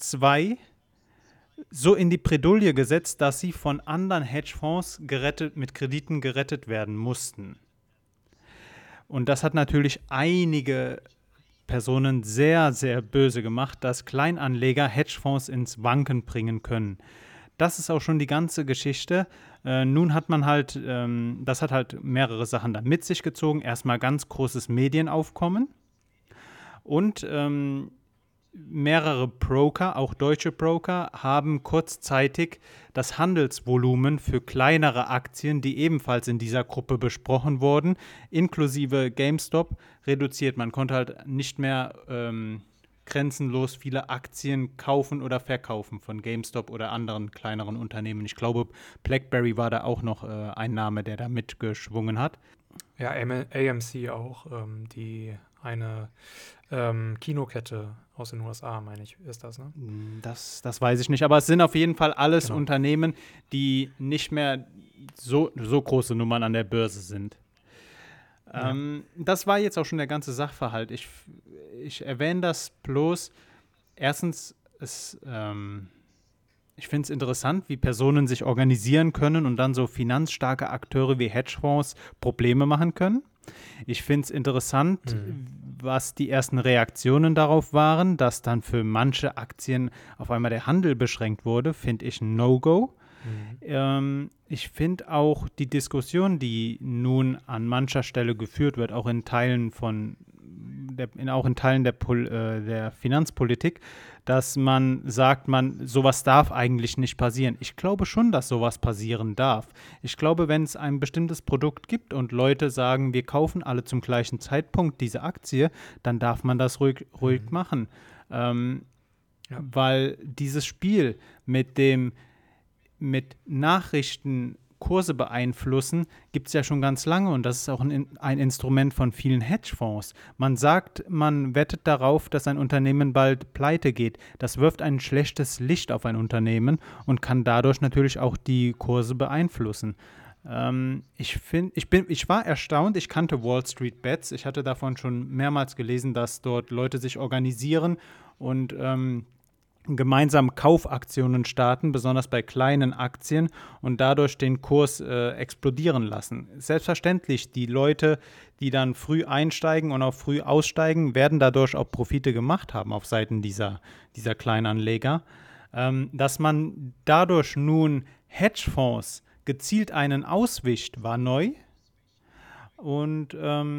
so in die Bredouille gesetzt, dass sie von anderen Hedgefonds mit Krediten gerettet werden mussten. Und das hat natürlich einige Personen sehr, sehr böse gemacht, dass Kleinanleger Hedgefonds ins Wanken bringen können. Das ist auch schon die ganze Geschichte. Nun hat man halt, das hat halt mehrere Sachen dann mit sich gezogen. Erstmal ganz großes Medienaufkommen und mehrere Broker, auch deutsche Broker, haben kurzzeitig das Handelsvolumen für kleinere Aktien, die ebenfalls in dieser Gruppe besprochen wurden, inklusive GameStop, reduziert. Man konnte halt nicht mehr grenzenlos viele Aktien kaufen oder verkaufen von GameStop oder anderen kleineren Unternehmen. Ich glaube, BlackBerry war da auch noch ein Name, der da mitgeschwungen hat. Ja, AMC auch, die eine Kinokette aus den USA, meine ich, ist das, ne? Das weiß ich nicht, aber es sind auf jeden Fall alles Unternehmen, die nicht mehr so große Nummern an der Börse sind. Ja. Das war jetzt auch schon der ganze Sachverhalt. Ich erwähne das bloß. Erstens, ich finde es interessant, wie Personen sich organisieren können und dann so finanzstarke Akteure wie Hedgefonds Probleme machen können. Ich finde es interessant, was die ersten Reaktionen darauf waren, dass dann für manche Aktien auf einmal der Handel beschränkt wurde, finde ich ein No-Go. Ich finde auch die Diskussion, die nun an mancher Stelle geführt wird, auch in Teilen der Finanzpolitik, dass man sagt, sowas darf eigentlich nicht passieren. Ich glaube schon, dass sowas passieren darf. Ich glaube, wenn es ein bestimmtes Produkt gibt und Leute sagen, wir kaufen alle zum gleichen Zeitpunkt diese Aktie, dann darf man das ruhig machen. Weil dieses Spiel mit Nachrichten Kurse beeinflussen, gibt es ja schon ganz lange und das ist auch ein Instrument von vielen Hedgefonds. Man sagt, man wettet darauf, dass ein Unternehmen bald pleite geht. Das wirft ein schlechtes Licht auf ein Unternehmen und kann dadurch natürlich auch die Kurse beeinflussen. Ich war erstaunt, ich kannte Wall Street Bets, ich hatte davon schon mehrmals gelesen, dass dort Leute sich organisieren und gemeinsam Kaufaktionen starten, besonders bei kleinen Aktien und dadurch den Kurs explodieren lassen. Selbstverständlich, die Leute, die dann früh einsteigen und auch früh aussteigen, werden dadurch auch Profite gemacht haben auf Seiten dieser Kleinanleger. Dass man dadurch nun Hedgefonds gezielt einen auswischt, war neu und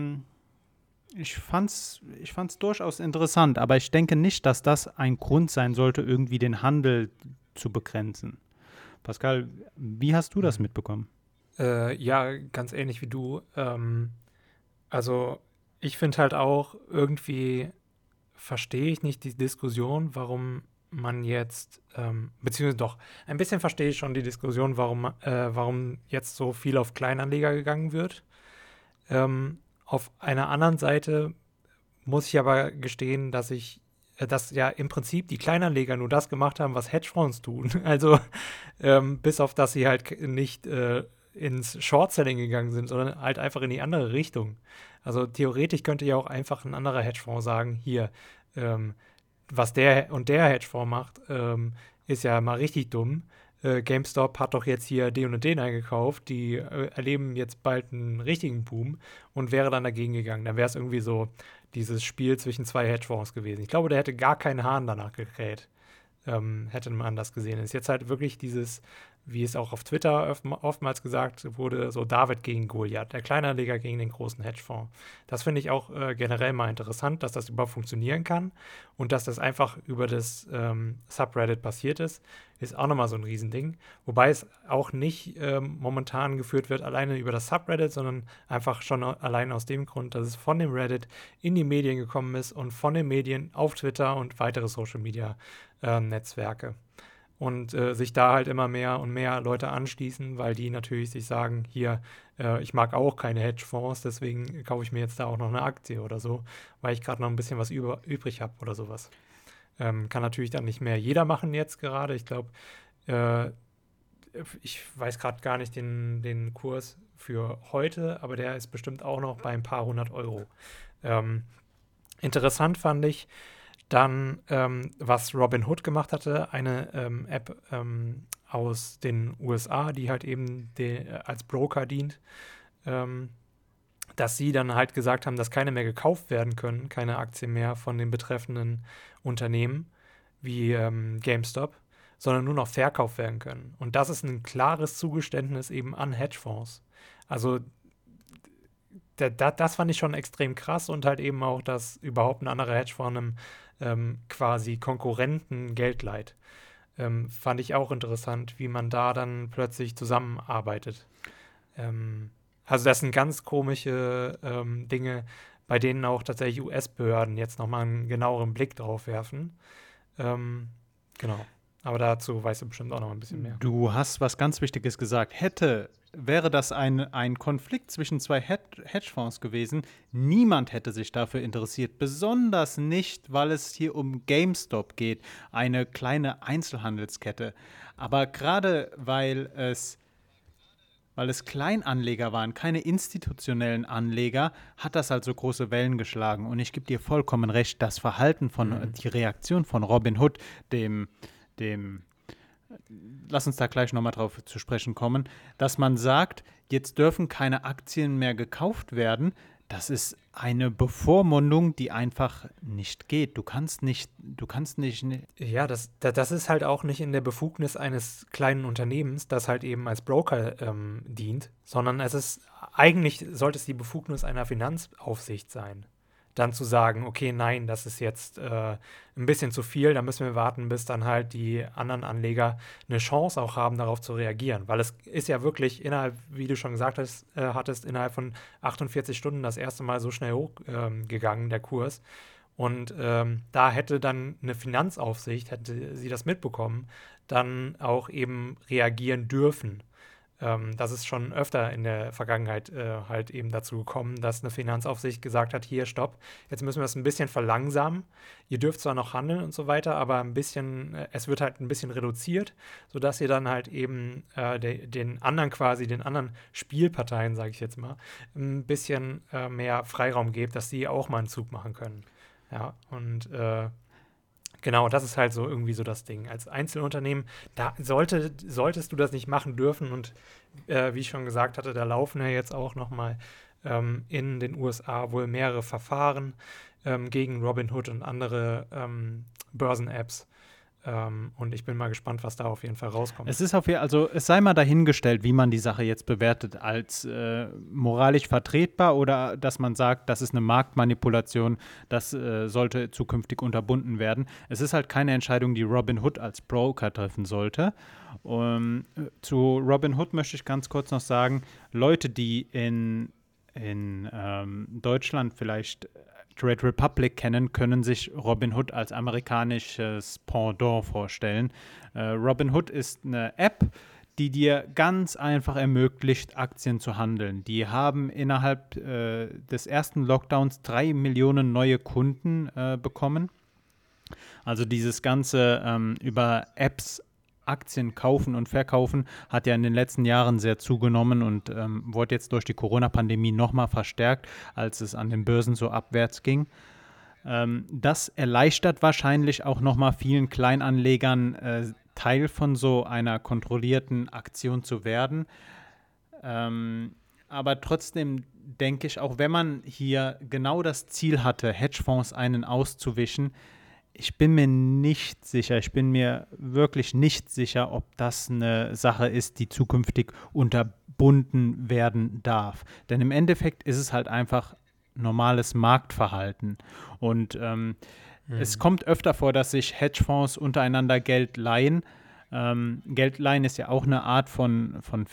ich fand's durchaus interessant, aber ich denke nicht, dass das ein Grund sein sollte, irgendwie den Handel zu begrenzen. Pascal, wie hast du das mitbekommen? Ja, ganz ähnlich wie du. Also ich finde halt auch, irgendwie verstehe ich nicht die Diskussion, warum man jetzt, beziehungsweise doch, ein bisschen verstehe ich schon die Diskussion, warum jetzt so viel auf Kleinanleger gegangen wird. Auf einer anderen Seite muss ich aber gestehen, dass ja im Prinzip die Kleinanleger nur das gemacht haben, was Hedgefonds tun. Also bis auf, dass sie halt nicht ins Short-Selling gegangen sind, sondern halt einfach in die andere Richtung. Also theoretisch könnte ja auch einfach ein anderer Hedgefonds sagen, hier, was der und der Hedgefonds macht, ist ja mal richtig dumm. GameStop hat doch jetzt hier den und den eingekauft, die erleben jetzt bald einen richtigen Boom und wäre dann dagegen gegangen. Dann wäre es irgendwie so dieses Spiel zwischen zwei Hedgefonds gewesen. Ich glaube, der hätte gar keinen Hahn danach gekräht, hätte man das gesehen. Es ist jetzt halt wirklich dieses wie es auch auf Twitter oftmals gesagt wurde, so David gegen Goliath, der Kleinanleger gegen den großen Hedgefonds. Das finde ich auch generell mal interessant, dass das überhaupt funktionieren kann und dass das einfach über das Subreddit passiert ist auch nochmal so ein Riesending. Wobei es auch nicht momentan geführt wird alleine über das Subreddit, sondern einfach schon allein aus dem Grund, dass es von dem Reddit in die Medien gekommen ist und von den Medien auf Twitter und weitere Social-Media-Netzwerke. Und sich da halt immer mehr und mehr Leute anschließen, weil die natürlich sich sagen, hier, ich mag auch keine Hedgefonds, deswegen kaufe ich mir jetzt da auch noch eine Aktie oder so, weil ich gerade noch ein bisschen was übrig habe oder sowas. Kann natürlich dann nicht mehr jeder machen jetzt gerade. Ich glaube, ich weiß gerade gar nicht den Kurs für heute, aber der ist bestimmt auch noch bei ein paar 100 €. Interessant fand ich dann, was Robinhood gemacht hatte, eine App aus den USA, die halt eben als Broker dient, dass sie dann halt gesagt haben, dass keine mehr gekauft werden können, keine Aktien mehr von den betreffenden Unternehmen wie GameStop, sondern nur noch verkauft werden können. Und das ist ein klares Zugeständnis eben an Hedgefonds. Also das fand ich schon extrem krass und halt eben auch, dass überhaupt ein anderer Hedgefonds einem quasi Konkurrenten Geld leiht. Fand ich auch interessant, wie man da dann plötzlich zusammenarbeitet. Also das sind ganz komische Dinge, bei denen auch tatsächlich US-Behörden jetzt nochmal einen genaueren Blick drauf werfen. Genau. Aber dazu weißt du bestimmt auch noch ein bisschen mehr. Du hast was ganz Wichtiges gesagt. Wäre das ein Konflikt zwischen zwei Hedgefonds gewesen, niemand hätte sich dafür interessiert. Besonders nicht, weil es hier um GameStop geht, eine kleine Einzelhandelskette. Aber gerade weil es Kleinanleger waren, keine institutionellen Anleger, hat das halt so große Wellen geschlagen. Und ich gebe dir vollkommen recht, die Reaktion von Robinhood, lass uns da gleich nochmal drauf zu sprechen kommen, dass man sagt, jetzt dürfen keine Aktien mehr gekauft werden, das ist eine Bevormundung, die einfach nicht geht. Du kannst nicht. Ja, das ist halt auch nicht in der Befugnis eines kleinen Unternehmens, das halt eben als Broker dient, sondern eigentlich sollte es die Befugnis einer Finanzaufsicht sein. Dann zu sagen, okay, nein, das ist jetzt ein bisschen zu viel, da müssen wir warten, bis dann halt die anderen Anleger eine Chance auch haben, darauf zu reagieren. Weil es ist ja wirklich wie du schon gesagt hattest, innerhalb von 48 Stunden das erste Mal so schnell hochgegangen, der Kurs. Und da hätte dann eine Finanzaufsicht, hätte sie das mitbekommen, dann auch eben reagieren dürfen. Das ist schon öfter in der Vergangenheit halt eben dazu gekommen, dass eine Finanzaufsicht gesagt hat, hier, stopp, jetzt müssen wir es ein bisschen verlangsamen. Ihr dürft zwar noch handeln und so weiter, aber es wird halt ein bisschen reduziert, sodass ihr dann halt eben den anderen Spielparteien, sage ich jetzt mal, ein bisschen mehr Freiraum gebt, dass sie auch mal einen Zug machen können. Ja, und genau, das ist halt so irgendwie so das Ding. Als Einzelunternehmen, da solltest du das nicht machen dürfen. Und wie ich schon gesagt hatte, da laufen ja jetzt auch nochmal in den USA wohl mehrere Verfahren gegen Robinhood und andere Börsen-Apps. Und ich bin mal gespannt, was da auf jeden Fall rauskommt. Es sei mal dahingestellt, wie man die Sache jetzt bewertet, als moralisch vertretbar oder dass man sagt, das ist eine Marktmanipulation, das sollte zukünftig unterbunden werden. Es ist halt keine Entscheidung, die Robinhood als Broker treffen sollte. Zu Robinhood möchte ich ganz kurz noch sagen, Leute, die in Deutschland vielleicht Trade Republic kennen, können sich Robinhood als amerikanisches Pendant vorstellen. Robinhood ist eine App, die dir ganz einfach ermöglicht, Aktien zu handeln. Die haben innerhalb des ersten Lockdowns 3 Millionen neue Kunden bekommen. Also dieses Ganze über Apps Aktien kaufen und verkaufen hat ja in den letzten Jahren sehr zugenommen und wurde jetzt durch die Corona-Pandemie nochmal verstärkt, als es an den Börsen so abwärts ging. Das erleichtert wahrscheinlich auch nochmal vielen Kleinanlegern, Teil von so einer kontrollierten Aktion zu werden. Aber trotzdem denke ich, auch wenn man hier genau das Ziel hatte, Hedgefonds einen auszuwischen, Ich bin mir nicht sicher, ich bin mir wirklich nicht sicher, ob das eine Sache ist, die zukünftig unterbunden werden darf. Denn im Endeffekt ist es halt einfach normales Marktverhalten. Und es Mhm. kommt öfter vor, dass sich Hedgefonds untereinander Geld leihen. Geld leihen ist ja auch eine Art von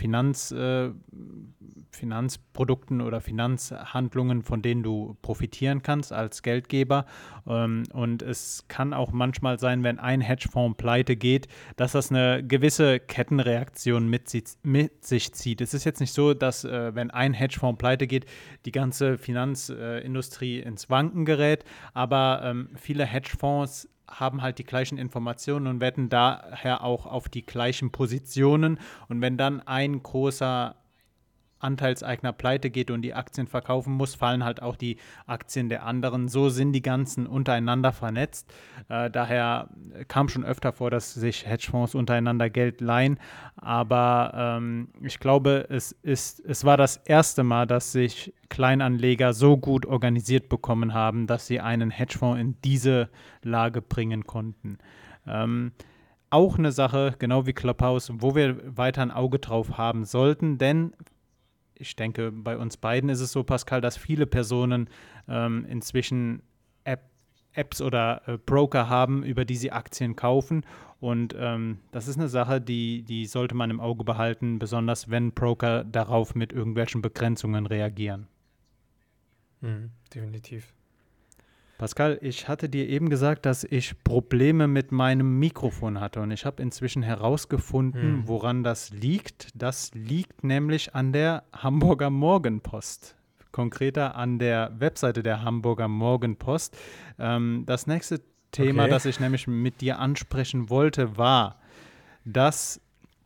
Finanzprodukten oder Finanzhandlungen, von denen du profitieren kannst als Geldgeber. Und es kann auch manchmal sein, wenn ein Hedgefonds pleite geht, dass das eine gewisse Kettenreaktion mit sich zieht. Es ist jetzt nicht so, dass wenn ein Hedgefonds pleite geht, die ganze Finanzindustrie ins Wanken gerät, aber viele Hedgefonds haben halt die gleichen Informationen und wetten daher auch auf die gleichen Positionen. Und wenn dann ein großer Anteilseigner pleite geht und die Aktien verkaufen muss, fallen halt auch die Aktien der anderen. So sind die ganzen untereinander vernetzt. Daher kam schon öfter vor, dass sich Hedgefonds untereinander Geld leihen. Aber ich glaube, es war das erste Mal, dass sich Kleinanleger so gut organisiert bekommen haben, dass sie einen Hedgefonds in diese Lage bringen konnten. Auch eine Sache, genau wie Clubhouse, wo wir weiter ein Auge drauf haben sollten, denn ich denke, bei uns beiden ist es so, Pascal, dass viele Personen inzwischen Apps oder Broker haben, über die sie Aktien kaufen. Und das ist eine Sache, die sollte man im Auge behalten, besonders wenn Broker darauf mit irgendwelchen Begrenzungen reagieren. Mhm. Definitiv. Pascal, ich hatte dir eben gesagt, dass ich Probleme mit meinem Mikrofon hatte und ich habe inzwischen herausgefunden, Mhm. woran das liegt. Das liegt nämlich an der Hamburger Morgenpost. Konkreter an der Webseite der Hamburger Morgenpost. Das nächste Thema, Okay. das ich nämlich mit dir ansprechen wollte, war, dass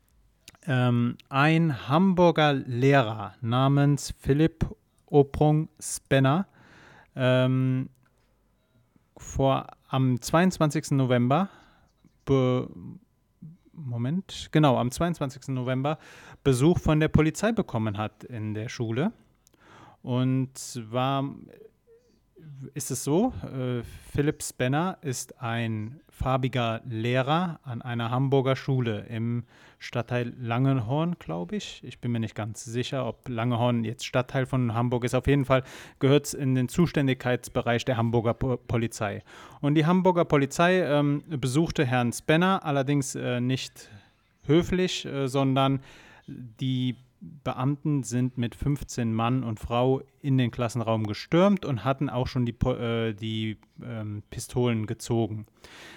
ein Hamburger Lehrer namens Philipp Oprung-Spenner ähm, am 22. November, be, Moment, genau, am 22. November Besuch von der Polizei bekommen hat in der Schule. Und zwar ist es so, Philipp Spenner ist ein farbiger Lehrer an einer Hamburger Schule im Stadtteil Langenhorn, glaube ich. Ich bin mir nicht ganz sicher, ob Langenhorn jetzt Stadtteil von Hamburg ist. Auf jeden Fall gehört es in den Zuständigkeitsbereich der Hamburger Polizei. Und die Hamburger Polizei besuchte Herrn Spenner, allerdings nicht höflich, sondern die Beamten sind mit 15 Mann und Frau in den Klassenraum gestürmt und hatten auch schon die Pistolen gezogen.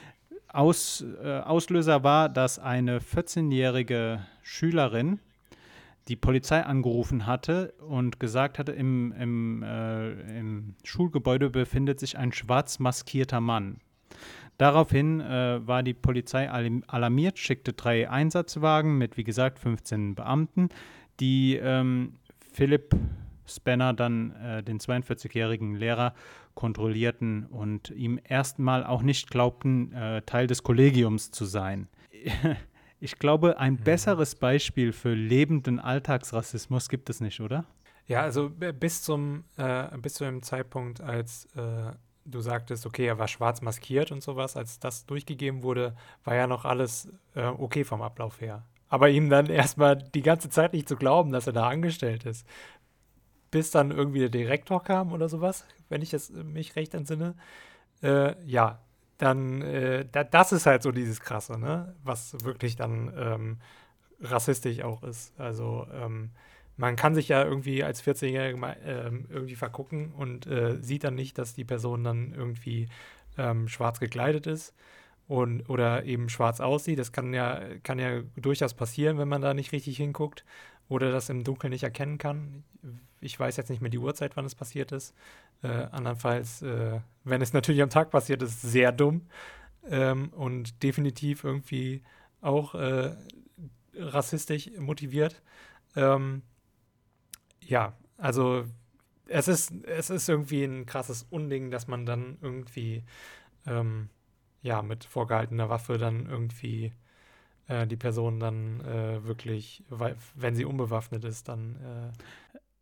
Auslöser war, dass eine 14-jährige Schülerin die Polizei angerufen hatte und gesagt hatte, im Schulgebäude befindet sich ein schwarz maskierter Mann. Daraufhin war die Polizei alarmiert, schickte 3 Einsatzwagen mit, wie gesagt, 15 Beamten, die Philipp Spenner dann den 42-jährigen Lehrer kontrollierten und ihm erstmal auch nicht glaubten, Teil des Kollegiums zu sein. Ich glaube, ein Mhm. besseres Beispiel für lebenden Alltagsrassismus gibt es nicht, oder? Ja, also bis zu dem Zeitpunkt, als du sagtest, okay, er war schwarz maskiert und sowas, als das durchgegeben wurde, war ja noch alles okay vom Ablauf her. Aber ihm dann erstmal die ganze Zeit nicht zu glauben, dass er da angestellt ist, bis dann irgendwie der Direktor kam oder sowas, wenn ich es mich recht entsinne, ja, dann, das ist halt so dieses Krasse, ne? Was wirklich dann rassistisch auch ist. Also, man kann sich ja irgendwie als 14-Jähriger mal irgendwie vergucken und sieht dann nicht, dass die Person dann irgendwie schwarz gekleidet ist und oder eben schwarz aussieht. Das kann ja durchaus passieren, wenn man da nicht richtig hinguckt oder das im Dunkeln nicht erkennen kann. Ich weiß jetzt nicht mehr die Uhrzeit, wann es passiert ist. Andernfalls, wenn es natürlich am Tag passiert ist, sehr dumm und definitiv irgendwie auch rassistisch motiviert. Ähm, ja, also es ist irgendwie ein krasses Unding, dass man dann irgendwie ähm, ja, mit vorgehaltener Waffe dann irgendwie die Person dann wirklich, weil, wenn sie unbewaffnet ist, dann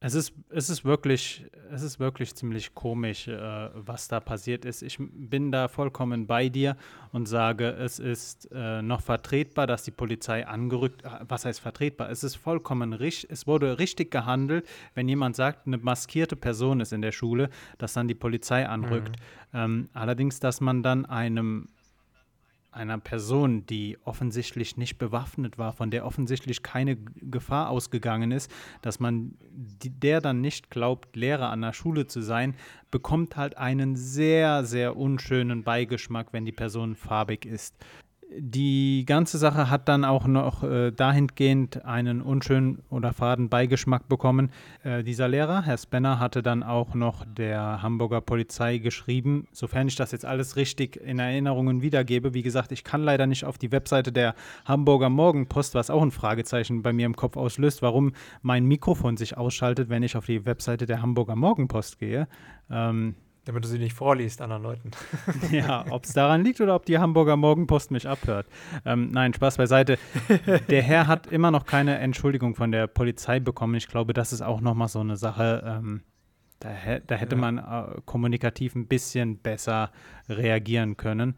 Es ist wirklich ziemlich komisch, was da passiert ist. Ich bin da vollkommen bei dir und sage, es ist noch vertretbar, dass die Polizei angerückt, was heißt vertretbar? Es ist vollkommen richtig, es wurde richtig gehandelt, wenn jemand sagt, eine maskierte Person ist in der Schule, dass dann die Polizei anrückt. Allerdings, dass man dann einer Person, die offensichtlich nicht bewaffnet war, von der offensichtlich keine Gefahr ausgegangen ist, dass man der dann nicht glaubt, Lehrer an der Schule zu sein, bekommt halt einen sehr, sehr unschönen Beigeschmack, wenn die Person farbig ist. Die ganze Sache hat dann auch noch dahingehend einen unschönen oder faden Beigeschmack bekommen. Dieser Lehrer, Herr Spenner, hatte dann auch noch der Hamburger Polizei geschrieben, sofern ich das jetzt alles richtig in Erinnerungen wiedergebe. Wie gesagt, ich kann leider nicht auf die Webseite der Hamburger Morgenpost, was auch ein Fragezeichen bei mir im Kopf auslöst, warum mein Mikrofon sich ausschaltet, wenn ich auf die Webseite der Hamburger Morgenpost gehe. Damit du sie nicht vorliest anderen Leuten. Ja, ob es daran liegt oder ob die Hamburger Morgenpost mich abhört. Nein, Spaß beiseite. Der Herr hat immer noch keine Entschuldigung von der Polizei bekommen. Ich glaube, das ist auch nochmal so eine Sache, da hätte man kommunikativ ein bisschen besser reagieren können.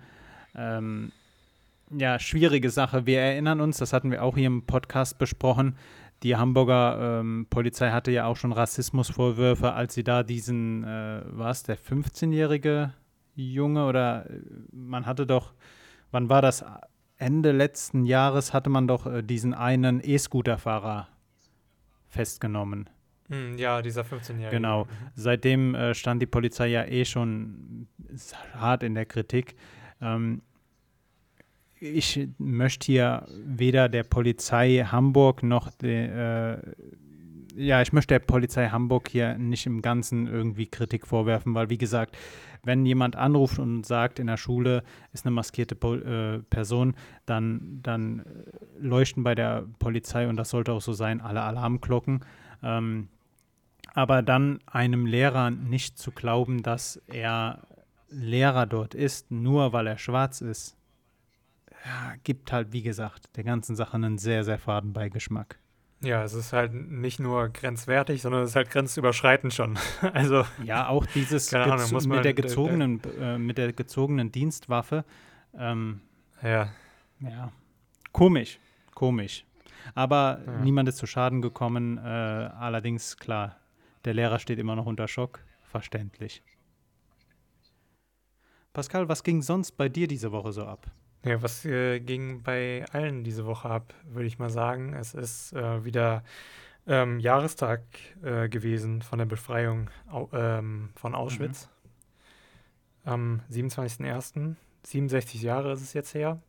Ja, schwierige Sache. Wir erinnern uns, das hatten wir auch hier im Podcast besprochen, die Hamburger Polizei hatte ja auch schon Rassismusvorwürfe, als sie da diesen, war es der 15-jährige Junge oder man hatte doch, wann war das? Ende letzten Jahres hatte man doch diesen einen E-Scooter-Fahrer festgenommen. Ja, dieser 15-Jährige. Genau. Seitdem stand die Polizei ja schon hart in der Kritik. Ich möchte hier weder der Polizei Hamburg noch ich möchte der Polizei Hamburg hier nicht im Ganzen irgendwie Kritik vorwerfen, weil wie gesagt, wenn jemand anruft und sagt, in der Schule ist eine maskierte Person, dann leuchten bei der Polizei, und das sollte auch so sein, alle Alarmglocken. Aber dann einem Lehrer nicht zu glauben, dass er Lehrer dort ist, nur weil er schwarz ist, ja, gibt halt, wie gesagt, der ganzen Sache einen sehr, sehr faden Beigeschmack. Ja, es ist halt nicht nur grenzwertig, sondern es ist halt grenzüberschreitend schon. Also ja, auch dieses mit der gezogenen Dienstwaffe. Ja. Komisch. Aber niemand ist zu Schaden gekommen. Allerdings, klar, der Lehrer steht immer noch unter Schock. Verständlich. Pascal, was ging sonst bei dir diese Woche so ab? Ja, was ging bei allen diese Woche ab, würde ich mal sagen. Es ist wieder Jahrestag gewesen von der Befreiung von Auschwitz. Am 27.01. 67 Jahre ist es jetzt her.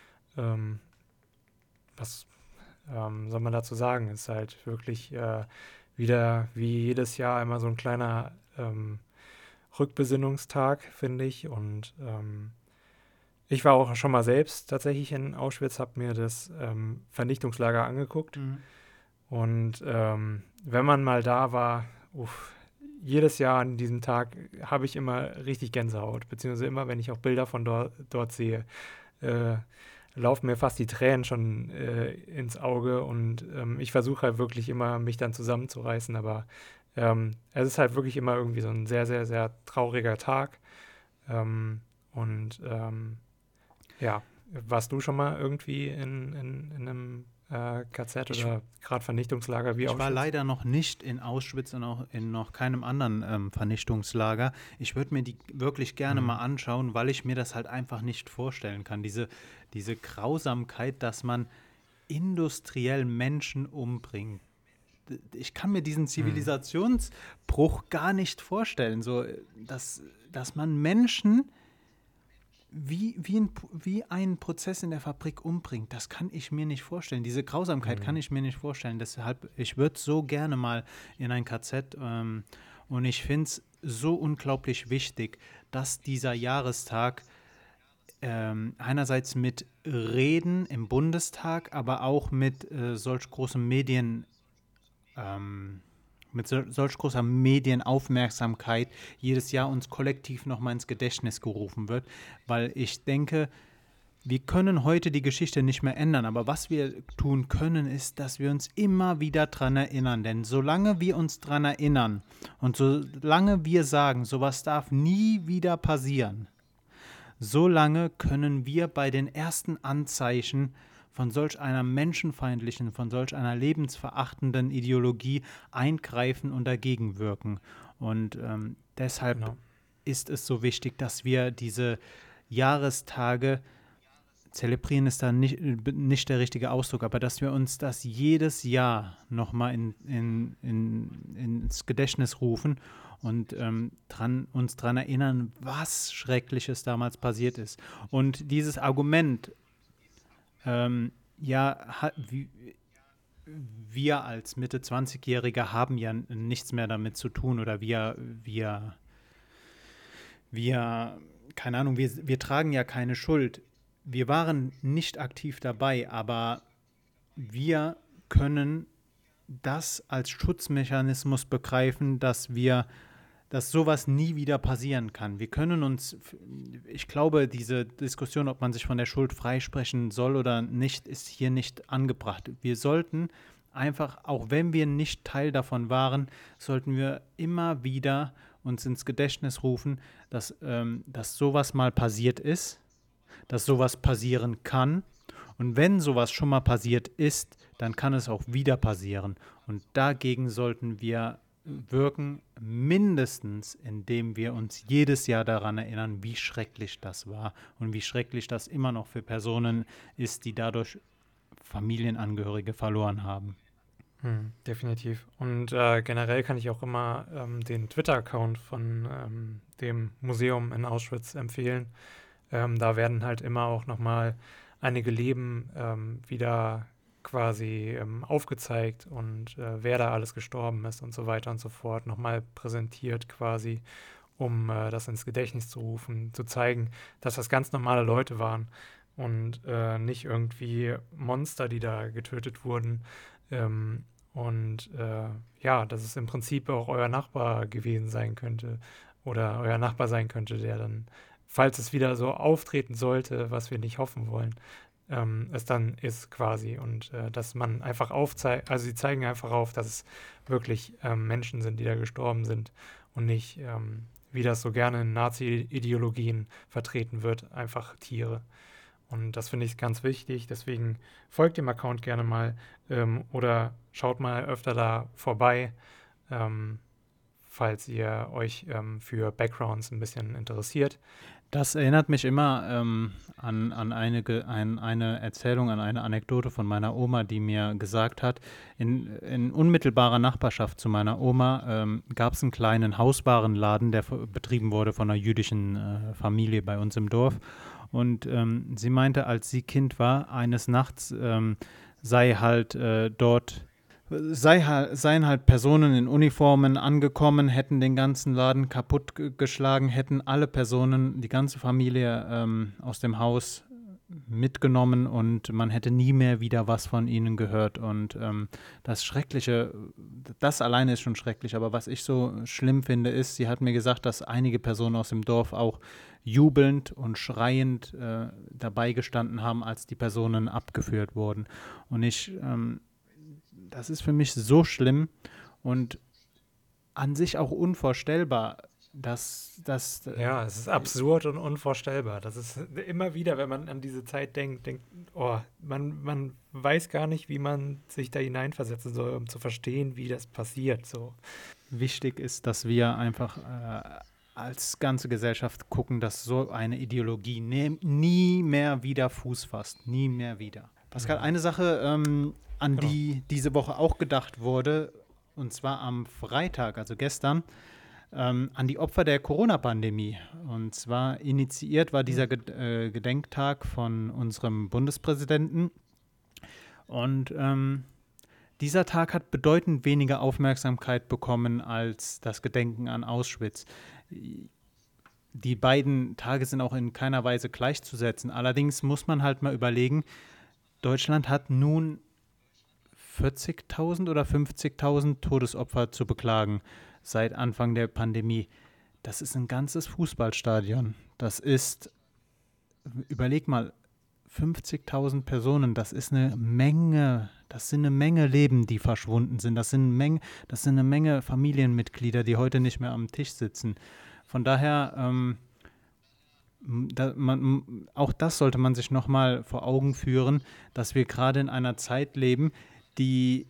Was soll man dazu sagen? Es ist halt wirklich wieder wie jedes Jahr immer so ein kleiner Rückbesinnungstag, finde ich. Und ich war auch schon mal selbst tatsächlich in Auschwitz, habe mir das Vernichtungslager angeguckt. Und wenn man mal da war, jedes Jahr an diesem Tag habe ich immer richtig Gänsehaut, beziehungsweise immer, wenn ich auch Bilder von dort sehe, laufen mir fast die Tränen schon ins Auge, und ich versuche halt wirklich immer, mich dann zusammenzureißen, aber es ist halt wirklich immer irgendwie so ein sehr, sehr, sehr trauriger Tag. Ja, warst du schon mal irgendwie in einem KZ oder gerade Vernichtungslager wie Auschwitz? Ich war leider noch nicht in Auschwitz und auch in noch keinem anderen Vernichtungslager. Ich würde mir die wirklich gerne mal anschauen, weil ich mir das halt einfach nicht vorstellen kann. Diese Grausamkeit, dass man industriell Menschen umbringt. Ich kann mir diesen Zivilisationsbruch gar nicht vorstellen, so, dass man Menschen wie einen Prozess in der Fabrik umbringt. Das kann ich mir nicht vorstellen. Diese Grausamkeit kann ich mir nicht vorstellen. Deshalb, ich würde so gerne mal in ein KZ und ich finde es so unglaublich wichtig, dass dieser Jahrestag einerseits mit Reden im Bundestag, aber auch mit solch großem solch großer Medienaufmerksamkeit jedes Jahr uns kollektiv nochmal ins Gedächtnis gerufen wird, weil ich denke, wir können heute die Geschichte nicht mehr ändern, aber was wir tun können, ist, dass wir uns immer wieder dran erinnern. Denn solange wir uns dran erinnern und solange wir sagen, sowas darf nie wieder passieren, solange können wir bei den ersten Anzeichen von solch einer menschenfeindlichen, von solch einer lebensverachtenden Ideologie eingreifen und dagegen wirken. Und deshalb Genau. ist es so wichtig, dass wir diese Jahrestage zelebrieren, ist da nicht der richtige Ausdruck, aber dass wir uns das jedes Jahr nochmal ins Gedächtnis rufen und uns daran erinnern, was Schreckliches damals passiert ist. Und dieses Argument, wir als Mitte-20-Jährige haben ja nichts mehr damit zu tun oder keine Ahnung, wir tragen ja keine Schuld. Wir waren nicht aktiv dabei, aber wir können das als Schutzmechanismus begreifen, dass sowas nie wieder passieren kann. Wir können uns, ich glaube, diese Diskussion, ob man sich von der Schuld freisprechen soll oder nicht, ist hier nicht angebracht. Wir sollten einfach, auch wenn wir nicht Teil davon waren, sollten wir immer wieder uns ins Gedächtnis rufen, dass sowas mal passiert ist, dass sowas passieren kann. Und wenn sowas schon mal passiert ist, dann kann es auch wieder passieren. Und dagegen sollten wir wirken, mindestens indem wir uns jedes Jahr daran erinnern, wie schrecklich das war und wie schrecklich das immer noch für Personen ist, die dadurch Familienangehörige verloren haben. Definitiv. Und generell kann ich auch immer den Twitter-Account von dem Museum in Auschwitz empfehlen. Da werden halt immer auch nochmal einige Leben wieder quasi aufgezeigt und wer da alles gestorben ist und so weiter und so fort, nochmal präsentiert quasi, um das ins Gedächtnis zu rufen, zu zeigen, dass das ganz normale Leute waren und nicht irgendwie Monster, die da getötet wurden. Dass es im Prinzip auch euer Nachbar gewesen sein könnte oder euer Nachbar sein könnte, der dann, falls es wieder so auftreten sollte, was wir nicht hoffen wollen, es dann ist quasi. Und dass man einfach aufzeigt, also sie zeigen einfach auf, dass es wirklich Menschen sind, die da gestorben sind und nicht, wie das so gerne in Nazi-Ideologien vertreten wird, einfach Tiere. Und das finde ich ganz wichtig, deswegen folgt dem Account gerne mal oder schaut mal öfter da vorbei, falls ihr euch für Backgrounds ein bisschen interessiert. Das erinnert mich immer an eine Erzählung, an eine Anekdote von meiner Oma, die mir gesagt hat, in unmittelbarer Nachbarschaft zu meiner Oma gab es einen kleinen Hauswarenladen, der betrieben wurde von einer jüdischen Familie bei uns im Dorf. Und sie meinte, als sie Kind war, eines Nachts seien halt Personen in Uniformen angekommen, hätten den ganzen Laden kaputt geschlagen, hätten alle Personen, die ganze Familie aus dem Haus mitgenommen und man hätte nie mehr wieder was von ihnen gehört. Und das Schreckliche, das alleine ist schon schrecklich, aber was ich so schlimm finde, ist, sie hat mir gesagt, dass einige Personen aus dem Dorf auch jubelnd und schreiend dabei gestanden haben, als die Personen abgeführt wurden. Und das ist für mich so schlimm und an sich auch unvorstellbar, Ja, es ist absurd und unvorstellbar. Das ist immer wieder, wenn man an diese Zeit denkt, man weiß gar nicht, wie man sich da hineinversetzen soll, um zu verstehen, wie das passiert. So. Wichtig ist, dass wir einfach als ganze Gesellschaft gucken, dass so eine Ideologie nie mehr wieder Fuß fasst. Nie mehr wieder. Pascal, eine Sache, an die diese Woche auch gedacht wurde, und zwar am Freitag, also gestern, an die Opfer der Corona-Pandemie. Und zwar initiiert war dieser Gedenktag von unserem Bundespräsidenten. Und dieser Tag hat bedeutend weniger Aufmerksamkeit bekommen als das Gedenken an Auschwitz. Die beiden Tage sind auch in keiner Weise gleichzusetzen. Allerdings muss man halt mal überlegen, Deutschland hat nun 40.000 oder 50.000 Todesopfer zu beklagen seit Anfang der Pandemie. Das ist ein ganzes Fußballstadion. Überleg mal, 50.000 Personen, das ist eine Menge, das sind eine Menge Leben, die verschwunden sind. Das sind eine Menge Familienmitglieder, die heute nicht mehr am Tisch sitzen. Von daher, auch das sollte man sich nochmal vor Augen führen, dass wir gerade in einer Zeit leben, die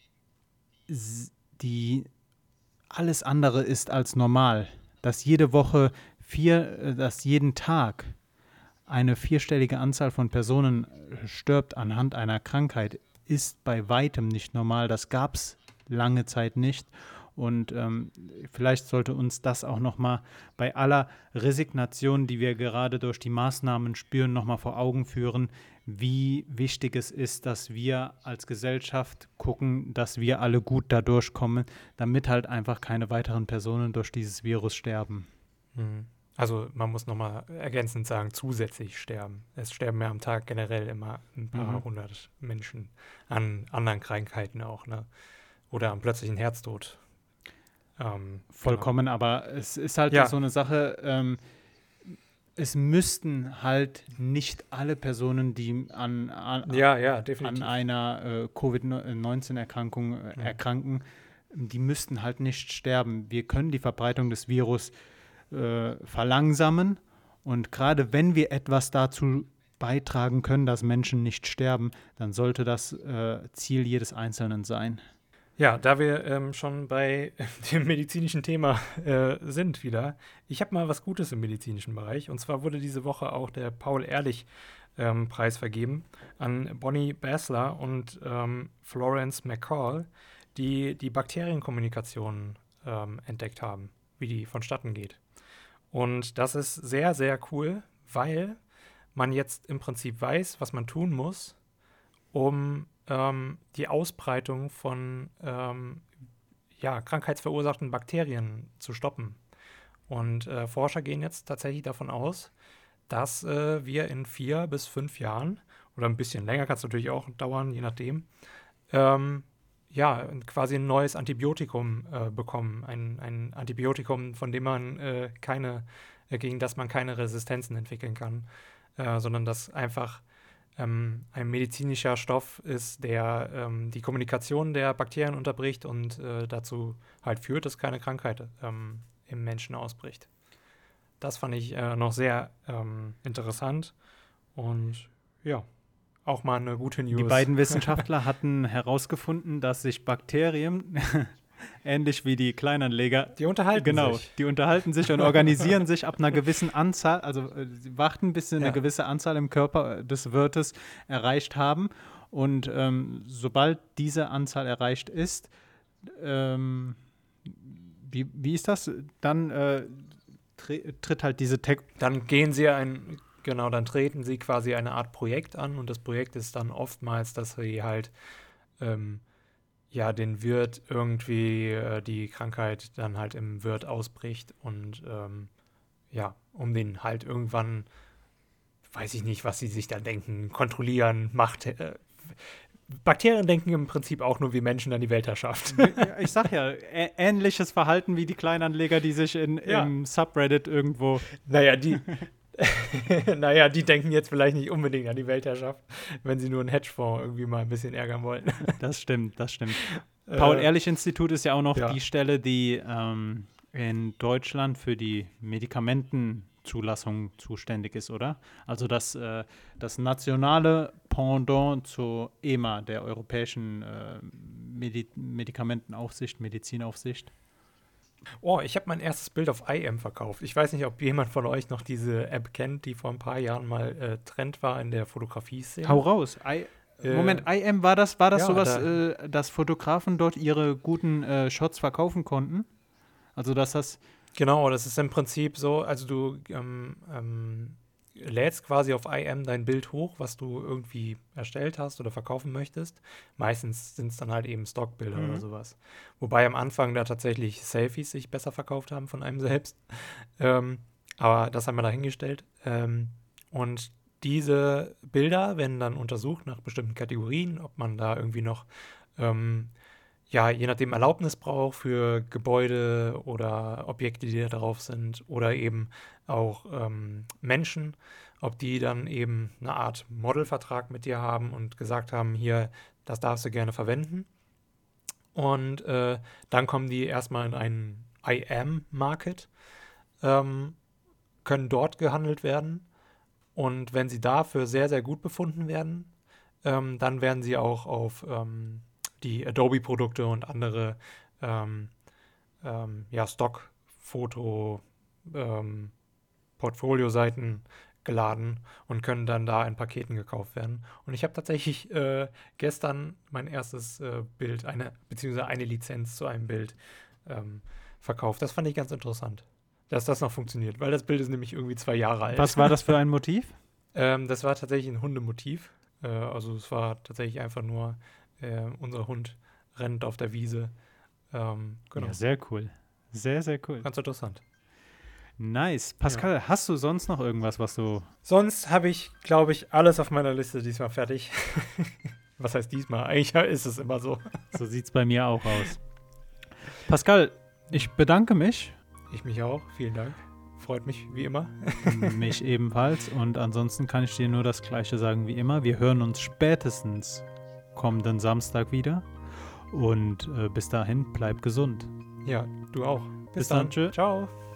alles andere ist als normal. Dass jede Woche dass jeden Tag eine vierstellige Anzahl von Personen stirbt anhand einer Krankheit, ist bei weitem nicht normal. Das gab es lange Zeit nicht. Und vielleicht sollte uns das auch nochmal bei aller Resignation, die wir gerade durch die Maßnahmen spüren, nochmal vor Augen führen, wie wichtig es ist, dass wir als Gesellschaft gucken, dass wir alle gut da durchkommen, damit halt einfach keine weiteren Personen durch dieses Virus sterben. Also man muss nochmal ergänzend sagen, zusätzlich sterben. Es sterben ja am Tag generell immer ein paar hundert Menschen an anderen Krankheiten auch, ne? Oder am plötzlichen Herztod. Vollkommen, aber es ist halt so eine Sache, es müssten halt nicht alle Personen, die an einer Covid-19-Erkrankung erkranken, die müssten halt nicht sterben. Wir können die Verbreitung des Virus verlangsamen, und gerade wenn wir etwas dazu beitragen können, dass Menschen nicht sterben, dann sollte das Ziel jedes Einzelnen sein. Ja, da wir schon bei dem medizinischen Thema sind wieder, ich habe mal was Gutes im medizinischen Bereich. Und zwar wurde diese Woche auch der Paul-Ehrlich-Preis vergeben an Bonnie Basler und Florence McCall, die die Bakterienkommunikation entdeckt haben, wie die vonstatten geht. Und das ist sehr, sehr cool, weil man jetzt im Prinzip weiß, was man tun muss, um die Ausbreitung von krankheitsverursachten Bakterien zu stoppen. Und Forscher gehen jetzt tatsächlich davon aus, dass wir in 4 bis 5 Jahren, oder ein bisschen länger kann es natürlich auch dauern, je nachdem, quasi ein neues Antibiotikum bekommen. Ein Antibiotikum, von dem man gegen das man keine Resistenzen entwickeln kann, sondern das einfach ein medizinischer Stoff ist, der die Kommunikation der Bakterien unterbricht und dazu halt führt, dass keine Krankheit im Menschen ausbricht. Das fand ich noch sehr interessant und ja, auch mal eine gute News. Die beiden Wissenschaftler hatten herausgefunden, dass sich Bakterien ähnlich wie die Kleinanleger. Die unterhalten sich. Die unterhalten sich und organisieren sich ab einer gewissen Anzahl, also sie warten, bis sie eine gewisse Anzahl im Körper des Wirtes erreicht haben. Und sobald diese Anzahl erreicht ist, wie ist das? Dann tritt halt diese Dann treten sie quasi eine Art Projekt an, und das Projekt ist dann oftmals, dass sie halt den Wirt irgendwie die Krankheit dann halt im Wirt ausbricht und um den halt irgendwann, weiß ich nicht, was sie sich da denken, kontrollieren, Macht. Bakterien denken im Prinzip auch nur wie Menschen an die Weltherrschaft. Ich sag ja, ähnliches Verhalten wie die Kleinanleger, die sich im Subreddit irgendwo. Naja, die denken jetzt vielleicht nicht unbedingt an die Weltherrschaft, wenn sie nur einen Hedgefonds irgendwie mal ein bisschen ärgern wollen. Das stimmt. Paul-Ehrlich-Institut ist ja auch noch die Stelle, die in Deutschland für die Medikamentenzulassung zuständig ist, oder? Also das nationale Pendant zur EMA, der Europäischen Medikamentenaufsicht, Medizinaufsicht. Oh, ich habe mein erstes Bild auf IM verkauft. Ich weiß nicht, ob jemand von euch noch diese App kennt, die vor ein paar Jahren mal Trend war in der Fotografie-Szene. Hau raus. Moment, IM, war das sowas, dass Fotografen dort ihre guten Shots verkaufen konnten? Also, dass das. Genau, das ist im Prinzip so, also du lädst quasi auf IM dein Bild hoch, was du irgendwie erstellt hast oder verkaufen möchtest. Meistens sind es dann halt eben Stockbilder oder sowas. Wobei am Anfang da tatsächlich Selfies sich besser verkauft haben von einem selbst. Aber das haben wir dahingestellt. Und diese Bilder werden dann untersucht nach bestimmten Kategorien, ob man da irgendwie noch je nachdem Erlaubnis braucht für Gebäude oder Objekte, die da drauf sind, oder eben auch Menschen, ob die dann eben eine Art Modelvertrag mit dir haben und gesagt haben, hier, das darfst du gerne verwenden. Und dann kommen die erstmal in einen IAM-Market, können dort gehandelt werden. Und wenn sie dafür sehr, sehr gut befunden werden, dann werden sie auch auf die Adobe-Produkte und andere Stock-Foto- Portfolio-Seiten geladen und können dann da in Paketen gekauft werden. Und ich habe tatsächlich gestern mein erstes Bild, beziehungsweise eine Lizenz zu einem Bild verkauft. Das fand ich ganz interessant, dass das noch funktioniert, weil das Bild ist nämlich irgendwie 2 Jahre alt. Was war das für ein Motiv? Das war tatsächlich ein Hundemotiv. Also es war tatsächlich einfach nur, unser Hund rennt auf der Wiese. Genau. Ja, sehr cool. Sehr, sehr cool. Ganz interessant. Nice. Pascal, hast du sonst noch irgendwas, was du... Sonst habe ich, glaube ich, alles auf meiner Liste diesmal fertig. Was heißt diesmal? Eigentlich ist es immer so. So sieht es bei mir auch aus. Pascal, ich bedanke mich. Ich mich auch. Vielen Dank. Freut mich, wie immer. Mich ebenfalls. Und ansonsten kann ich dir nur das Gleiche sagen wie immer. Wir hören uns spätestens kommenden Samstag wieder. Und bis dahin, bleib gesund. Ja, du auch. Bis dann. Tschö. Ciao.